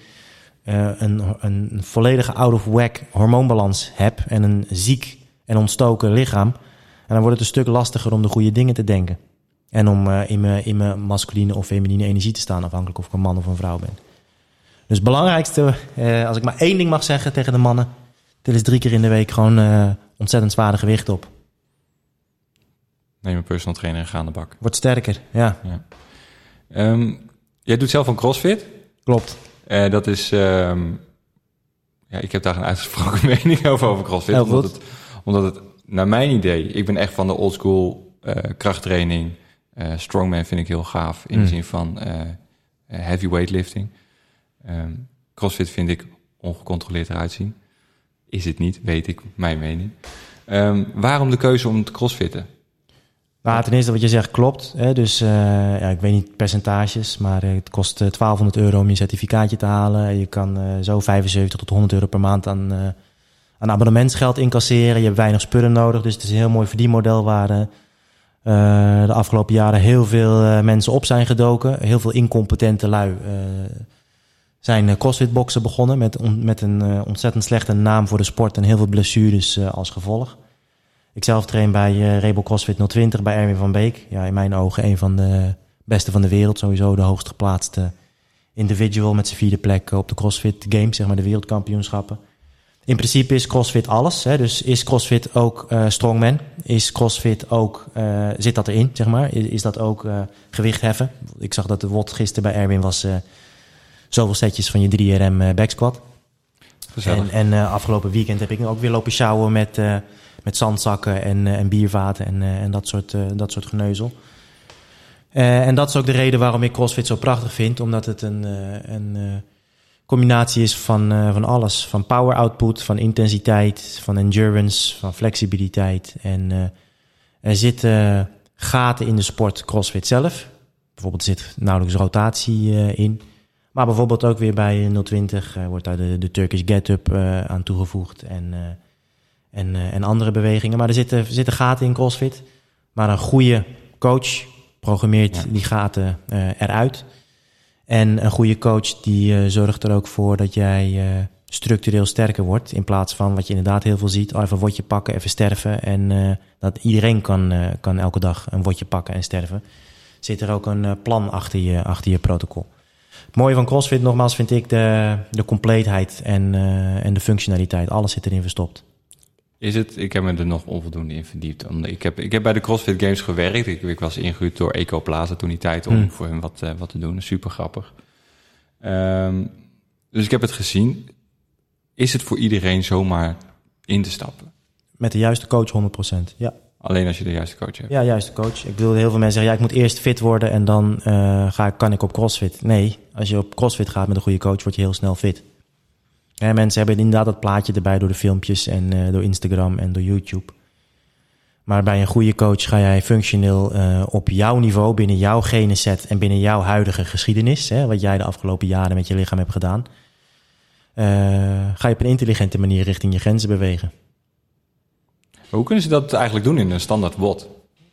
een volledige out-of-whack hormoonbalans heb en een ziek en ontstoken lichaam, en dan wordt het een stuk lastiger om de goede dingen te denken. En om in mijn masculine of feminine energie te staan, afhankelijk of ik een man of een vrouw ben. Dus het belangrijkste, als ik maar één ding mag zeggen tegen de mannen, til eens 3 keer in de week gewoon ontzettend zware gewicht op. Neem een personal trainer en ga aan de bak. Wordt sterker, ja. Jij doet zelf een CrossFit? Klopt. Dat is, ik heb daar een uitgesproken mening over CrossFit. Omdat het, naar mijn idee, ik ben echt van de oldschool krachttraining. Strongman vind ik heel gaaf in de zin van heavy weightlifting. CrossFit vind ik ongecontroleerd eruit zien. Is het niet, weet ik, mijn mening. Waarom de keuze om te crossfitten? Nou, ten eerste wat je zegt klopt. Hè? Dus ik weet niet percentages, maar het kost €1200 om je certificaatje te halen. Je kan zo €75 tot €100 per maand aan abonnementsgeld incasseren. Je hebt weinig spullen nodig, dus het is een heel mooi verdienmodel waar de afgelopen jaren heel veel mensen op zijn gedoken. Heel veel incompetente lui zijn CrossFit-boksen begonnen met een ontzettend slechte naam voor de sport en heel veel blessures als gevolg. Ik zelf train bij Rebel CrossFit 020 bij Erwin van Beek. Ja, in mijn ogen een van de beste van de wereld. Sowieso de hoogst geplaatste individual met zijn 4e plek op de CrossFit Games, zeg maar de wereldkampioenschappen. In principe is CrossFit alles. Hè? Dus is CrossFit ook strongman? Is CrossFit ook, zit dat erin, zeg maar? Is dat ook gewicht heffen? Ik zag dat de WOD gisteren bij Erwin was zoveel setjes van je 3RM back squat. En afgelopen weekend heb ik ook weer lopen sjouwen met zandzakken en biervaten en dat soort geneuzel. En dat is ook de reden waarom ik CrossFit zo prachtig vind. Omdat het een combinatie is van alles. Van power output, van intensiteit, van endurance, van flexibiliteit. En er zitten gaten in de sport CrossFit zelf. Bijvoorbeeld er zit nauwelijks rotatie in. Maar bijvoorbeeld ook weer bij 020 wordt daar de Turkish Get-Up aan toegevoegd. En andere bewegingen. Maar er zitten gaten in CrossFit. Maar een goede coach programmeert die gaten eruit. En een goede coach die zorgt er ook voor dat jij structureel sterker wordt. In plaats van wat je inderdaad heel veel ziet. Even een wotje pakken, even sterven. En dat iedereen kan elke dag een wotje pakken en sterven. Zit er ook een plan achter je protocol. Het mooie van CrossFit nogmaals vind ik de compleetheid en de functionaliteit. Alles zit erin verstopt. Ik heb me er nog onvoldoende in verdiept. Ik heb bij de CrossFit Games gewerkt. Ik was ingehuurd door Ecoplaza toen die tijd om voor hen wat te doen. Super grappig. Dus ik heb het gezien. Is het voor iedereen zomaar in te stappen? Met de juiste coach 100%, ja. Alleen als je de juiste coach hebt? Ja, juiste coach. Ik bedoel, heel veel mensen zeggen, ik moet eerst fit worden en dan kan ik op CrossFit. Nee, als je op CrossFit gaat met een goede coach, word je heel snel fit. Ja, mensen hebben inderdaad dat plaatje erbij door de filmpjes en door Instagram en door YouTube. Maar bij een goede coach ga jij functioneel op jouw niveau, binnen jouw geneset en binnen jouw huidige geschiedenis, wat jij de afgelopen jaren met je lichaam hebt gedaan, ga je op een intelligente manier richting je grenzen bewegen. Hoe kunnen ze dat eigenlijk doen in een standaard WOD?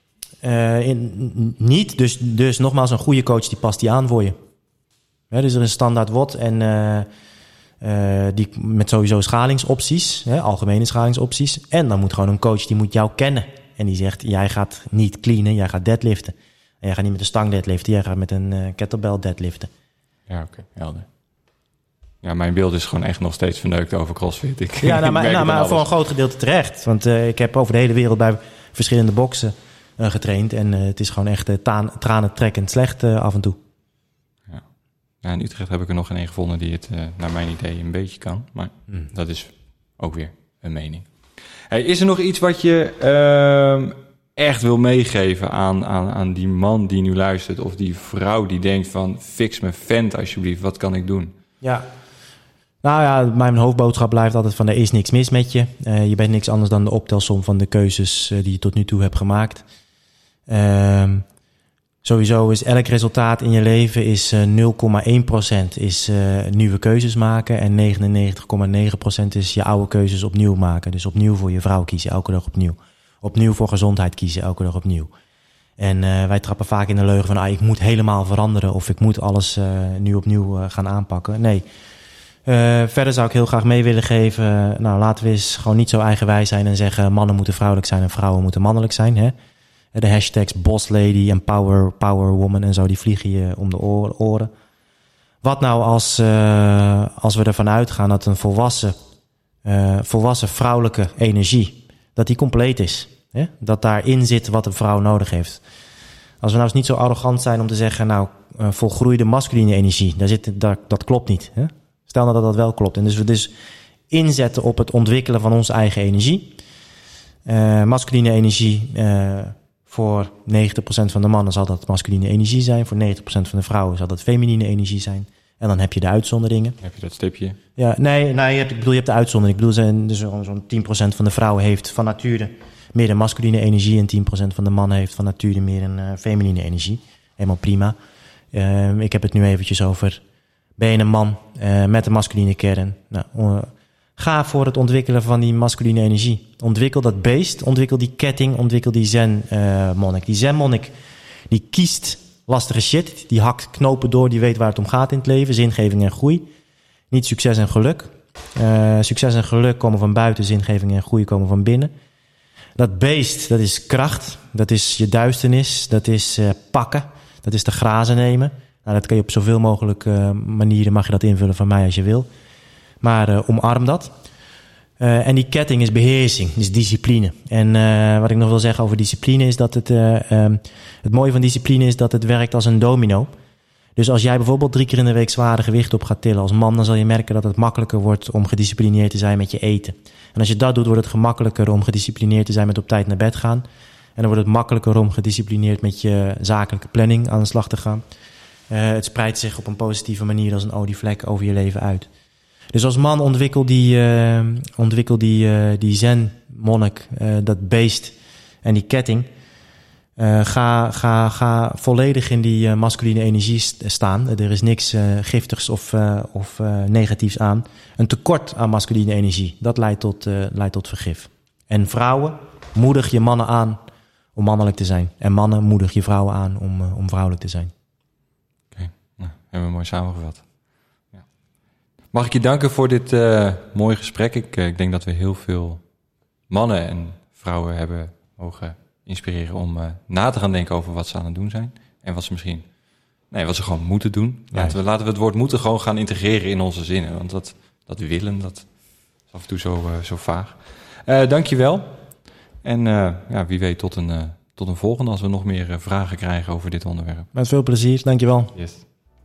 Niet, dus nogmaals, een goede coach die past die aan voor je. Dus er is een standaard WOD en die met sowieso schalingsopties, algemene schalingsopties. En dan moet gewoon een coach, die moet jou kennen. En die zegt, jij gaat niet cleanen, jij gaat deadliften. En jij gaat niet met een stang deadliften, jij gaat met een kettlebell deadliften. Ja, oké, helder. Ja, mijn beeld is gewoon echt nog steeds verneukt over CrossFit. Maar voor een groot gedeelte terecht. Want ik heb over de hele wereld bij verschillende boxen getraind. En het is gewoon echt tranentrekkend slecht af en toe. Ja, in Utrecht heb ik er nog geen één gevonden die het naar mijn idee een beetje kan. Maar dat is ook weer een mening. Hey, is er nog iets wat je echt wil meegeven aan die man die nu luistert? Of die vrouw die denkt van, fix me vent alsjeblieft, wat kan ik doen? Ja. Nou ja, mijn hoofdboodschap blijft altijd van, er is niks mis met je. Je bent niks anders dan de optelsom van de keuzes die je tot nu toe hebt gemaakt. Sowieso is elk resultaat in je leven is 0,1% is nieuwe keuzes maken. En 99,9% is je oude keuzes opnieuw maken. Dus opnieuw voor je vrouw kiezen, elke dag opnieuw. Opnieuw voor gezondheid kiezen, elke dag opnieuw. En wij trappen vaak in de leugen van, ik moet helemaal veranderen. Of ik moet alles nu opnieuw gaan aanpakken. Nee. Verder zou ik heel graag mee willen geven, laten we eens gewoon niet zo eigenwijs zijn en zeggen, mannen moeten vrouwelijk zijn en vrouwen moeten mannelijk zijn. Hè? De hashtags boss lady en power woman en zo, die vliegen je om de oren. Wat nou als we ervan uitgaan dat een volwassen vrouwelijke energie, dat die compleet is. Hè? Dat daarin zit wat een vrouw nodig heeft. Als we nou eens niet zo arrogant zijn om te zeggen, volgroeide masculine energie, dat klopt niet. Hè? Stel nou dat dat wel klopt. En dus we dus inzetten op het ontwikkelen van onze eigen energie. Masculine energie, voor 90% van de mannen zal dat masculine energie zijn. Voor 90% van de vrouwen zal dat feminine energie zijn. En dan heb je de uitzonderingen. Heb je dat stipje? Ja, nee, je hebt de uitzondering. Ik bedoel, dus zo'n 10% van de vrouwen heeft van nature meer een masculine energie. En 10% van de mannen heeft van nature meer een feminine energie. Helemaal prima. Ik heb het nu eventjes over, ben je een man met een masculine kern? Ga voor het ontwikkelen van die masculine energie. Ontwikkel dat beest, ontwikkel die ketting, ontwikkel die zen-monnik. Die zen-monnik, die kiest lastige shit, die hakt knopen door, die weet waar het om gaat in het leven. Zingeving en groei. Niet succes en geluk. Succes en geluk komen van buiten, zingeving en groei komen van binnen. Dat beest, dat is kracht. Dat is je duisternis. Dat is pakken. Dat is de grazen nemen. Nou, dat kan je op zoveel mogelijke manieren, mag je dat invullen van mij als je wil. Maar omarm dat. En die ketting is beheersing, is discipline. En wat ik nog wil zeggen over discipline is dat het mooie van discipline is dat het werkt als een domino. Dus als jij bijvoorbeeld 3 keer in de week zware gewichten op gaat tillen als man, dan zal je merken dat het makkelijker wordt om gedisciplineerd te zijn met je eten. En als je dat doet, wordt het gemakkelijker om gedisciplineerd te zijn met op tijd naar bed gaan. En dan wordt het makkelijker om gedisciplineerd met je zakelijke planning aan de slag te gaan. Het spreidt zich op een positieve manier als een olievlek over je leven uit. Dus als man ontwikkel die zen-monnik, dat beest en die ketting. Ga volledig in die masculine energie staan. Er is niks giftigs of negatiefs aan. Een tekort aan masculine energie, dat leidt tot vergif. En vrouwen, moedig je mannen aan om mannelijk te zijn. En mannen, moedig je vrouwen aan om vrouwelijk te zijn. Oké, nou, hebben we mooi samengevat. Ja. Mag ik je danken voor dit mooie gesprek. Ik denk dat we heel veel mannen en vrouwen hebben mogen inspireren om na te gaan denken over wat ze aan het doen zijn. En wat ze gewoon moeten doen. Laten we het woord moeten gewoon gaan integreren in onze zinnen. Want dat willen, dat is af en toe zo vaag. Dank je wel. En wie weet tot een volgende als we nog meer vragen krijgen over dit onderwerp. Met veel plezier, dank je wel. Yes.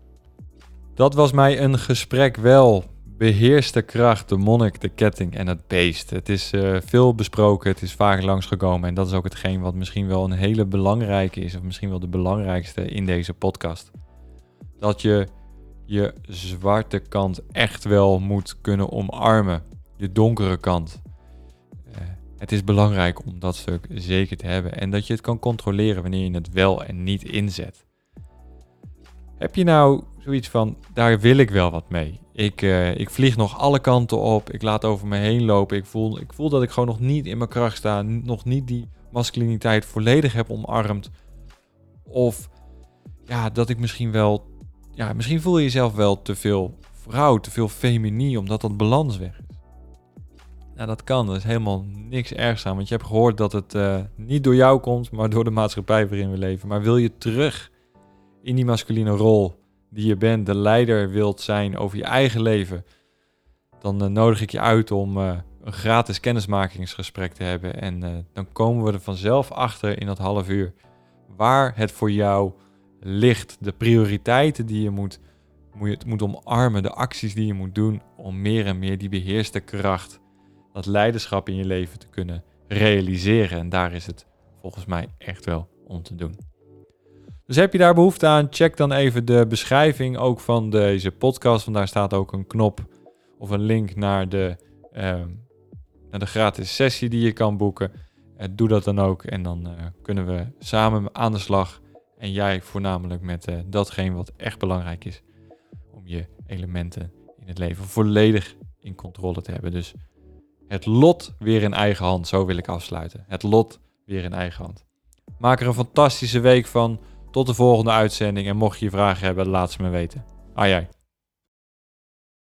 Dat was mij een gesprek wel. Beheers de kracht, de monnik, de ketting en het beest. Het is veel besproken, het is vaak langsgekomen. En dat is ook hetgeen wat misschien wel een hele belangrijke is. Of misschien wel de belangrijkste in deze podcast. Dat je je zwarte kant echt wel moet kunnen omarmen. Je donkere kant. Het is belangrijk om dat stuk zeker te hebben. En dat je het kan controleren wanneer je het wel en niet inzet. Heb je nou zoiets van, daar wil ik wel wat mee. Ik vlieg nog alle kanten op. Ik laat over me heen lopen. Ik voel dat ik gewoon nog niet in mijn kracht sta. Nog niet die masculiniteit volledig heb omarmd. Of ja, dat ik misschien wel... Ja, misschien voel je jezelf wel te veel vrouw, te veel feminien, omdat dat balans weg is. Nou, dat kan. Er is helemaal niks ergs aan. Want je hebt gehoord dat het niet door jou komt, maar door de maatschappij waarin we leven. Maar wil je terug in die masculine rol die je bent, de leider wilt zijn over je eigen leven, dan nodig ik je uit om een gratis kennismakingsgesprek te hebben. En dan komen we er vanzelf achter in dat half uur waar het voor jou ligt. De prioriteiten die je moet omarmen, de acties die je moet doen om meer en meer die beheerste kracht, dat leiderschap in je leven te kunnen realiseren. En daar is het volgens mij echt wel om te doen. Dus heb je daar behoefte aan, check dan even de beschrijving ook van deze podcast. Want daar staat ook een knop of een link naar de gratis sessie die je kan boeken. Doe dat dan ook en dan kunnen we samen aan de slag. En jij voornamelijk met datgene wat echt belangrijk is. Om je elementen in het leven volledig in controle te hebben. Dus het lot weer in eigen hand, zo wil ik afsluiten. Het lot weer in eigen hand. Maak er een fantastische week van. Tot de volgende uitzending. En mocht je vragen hebben, laat ze me weten. Ai ai.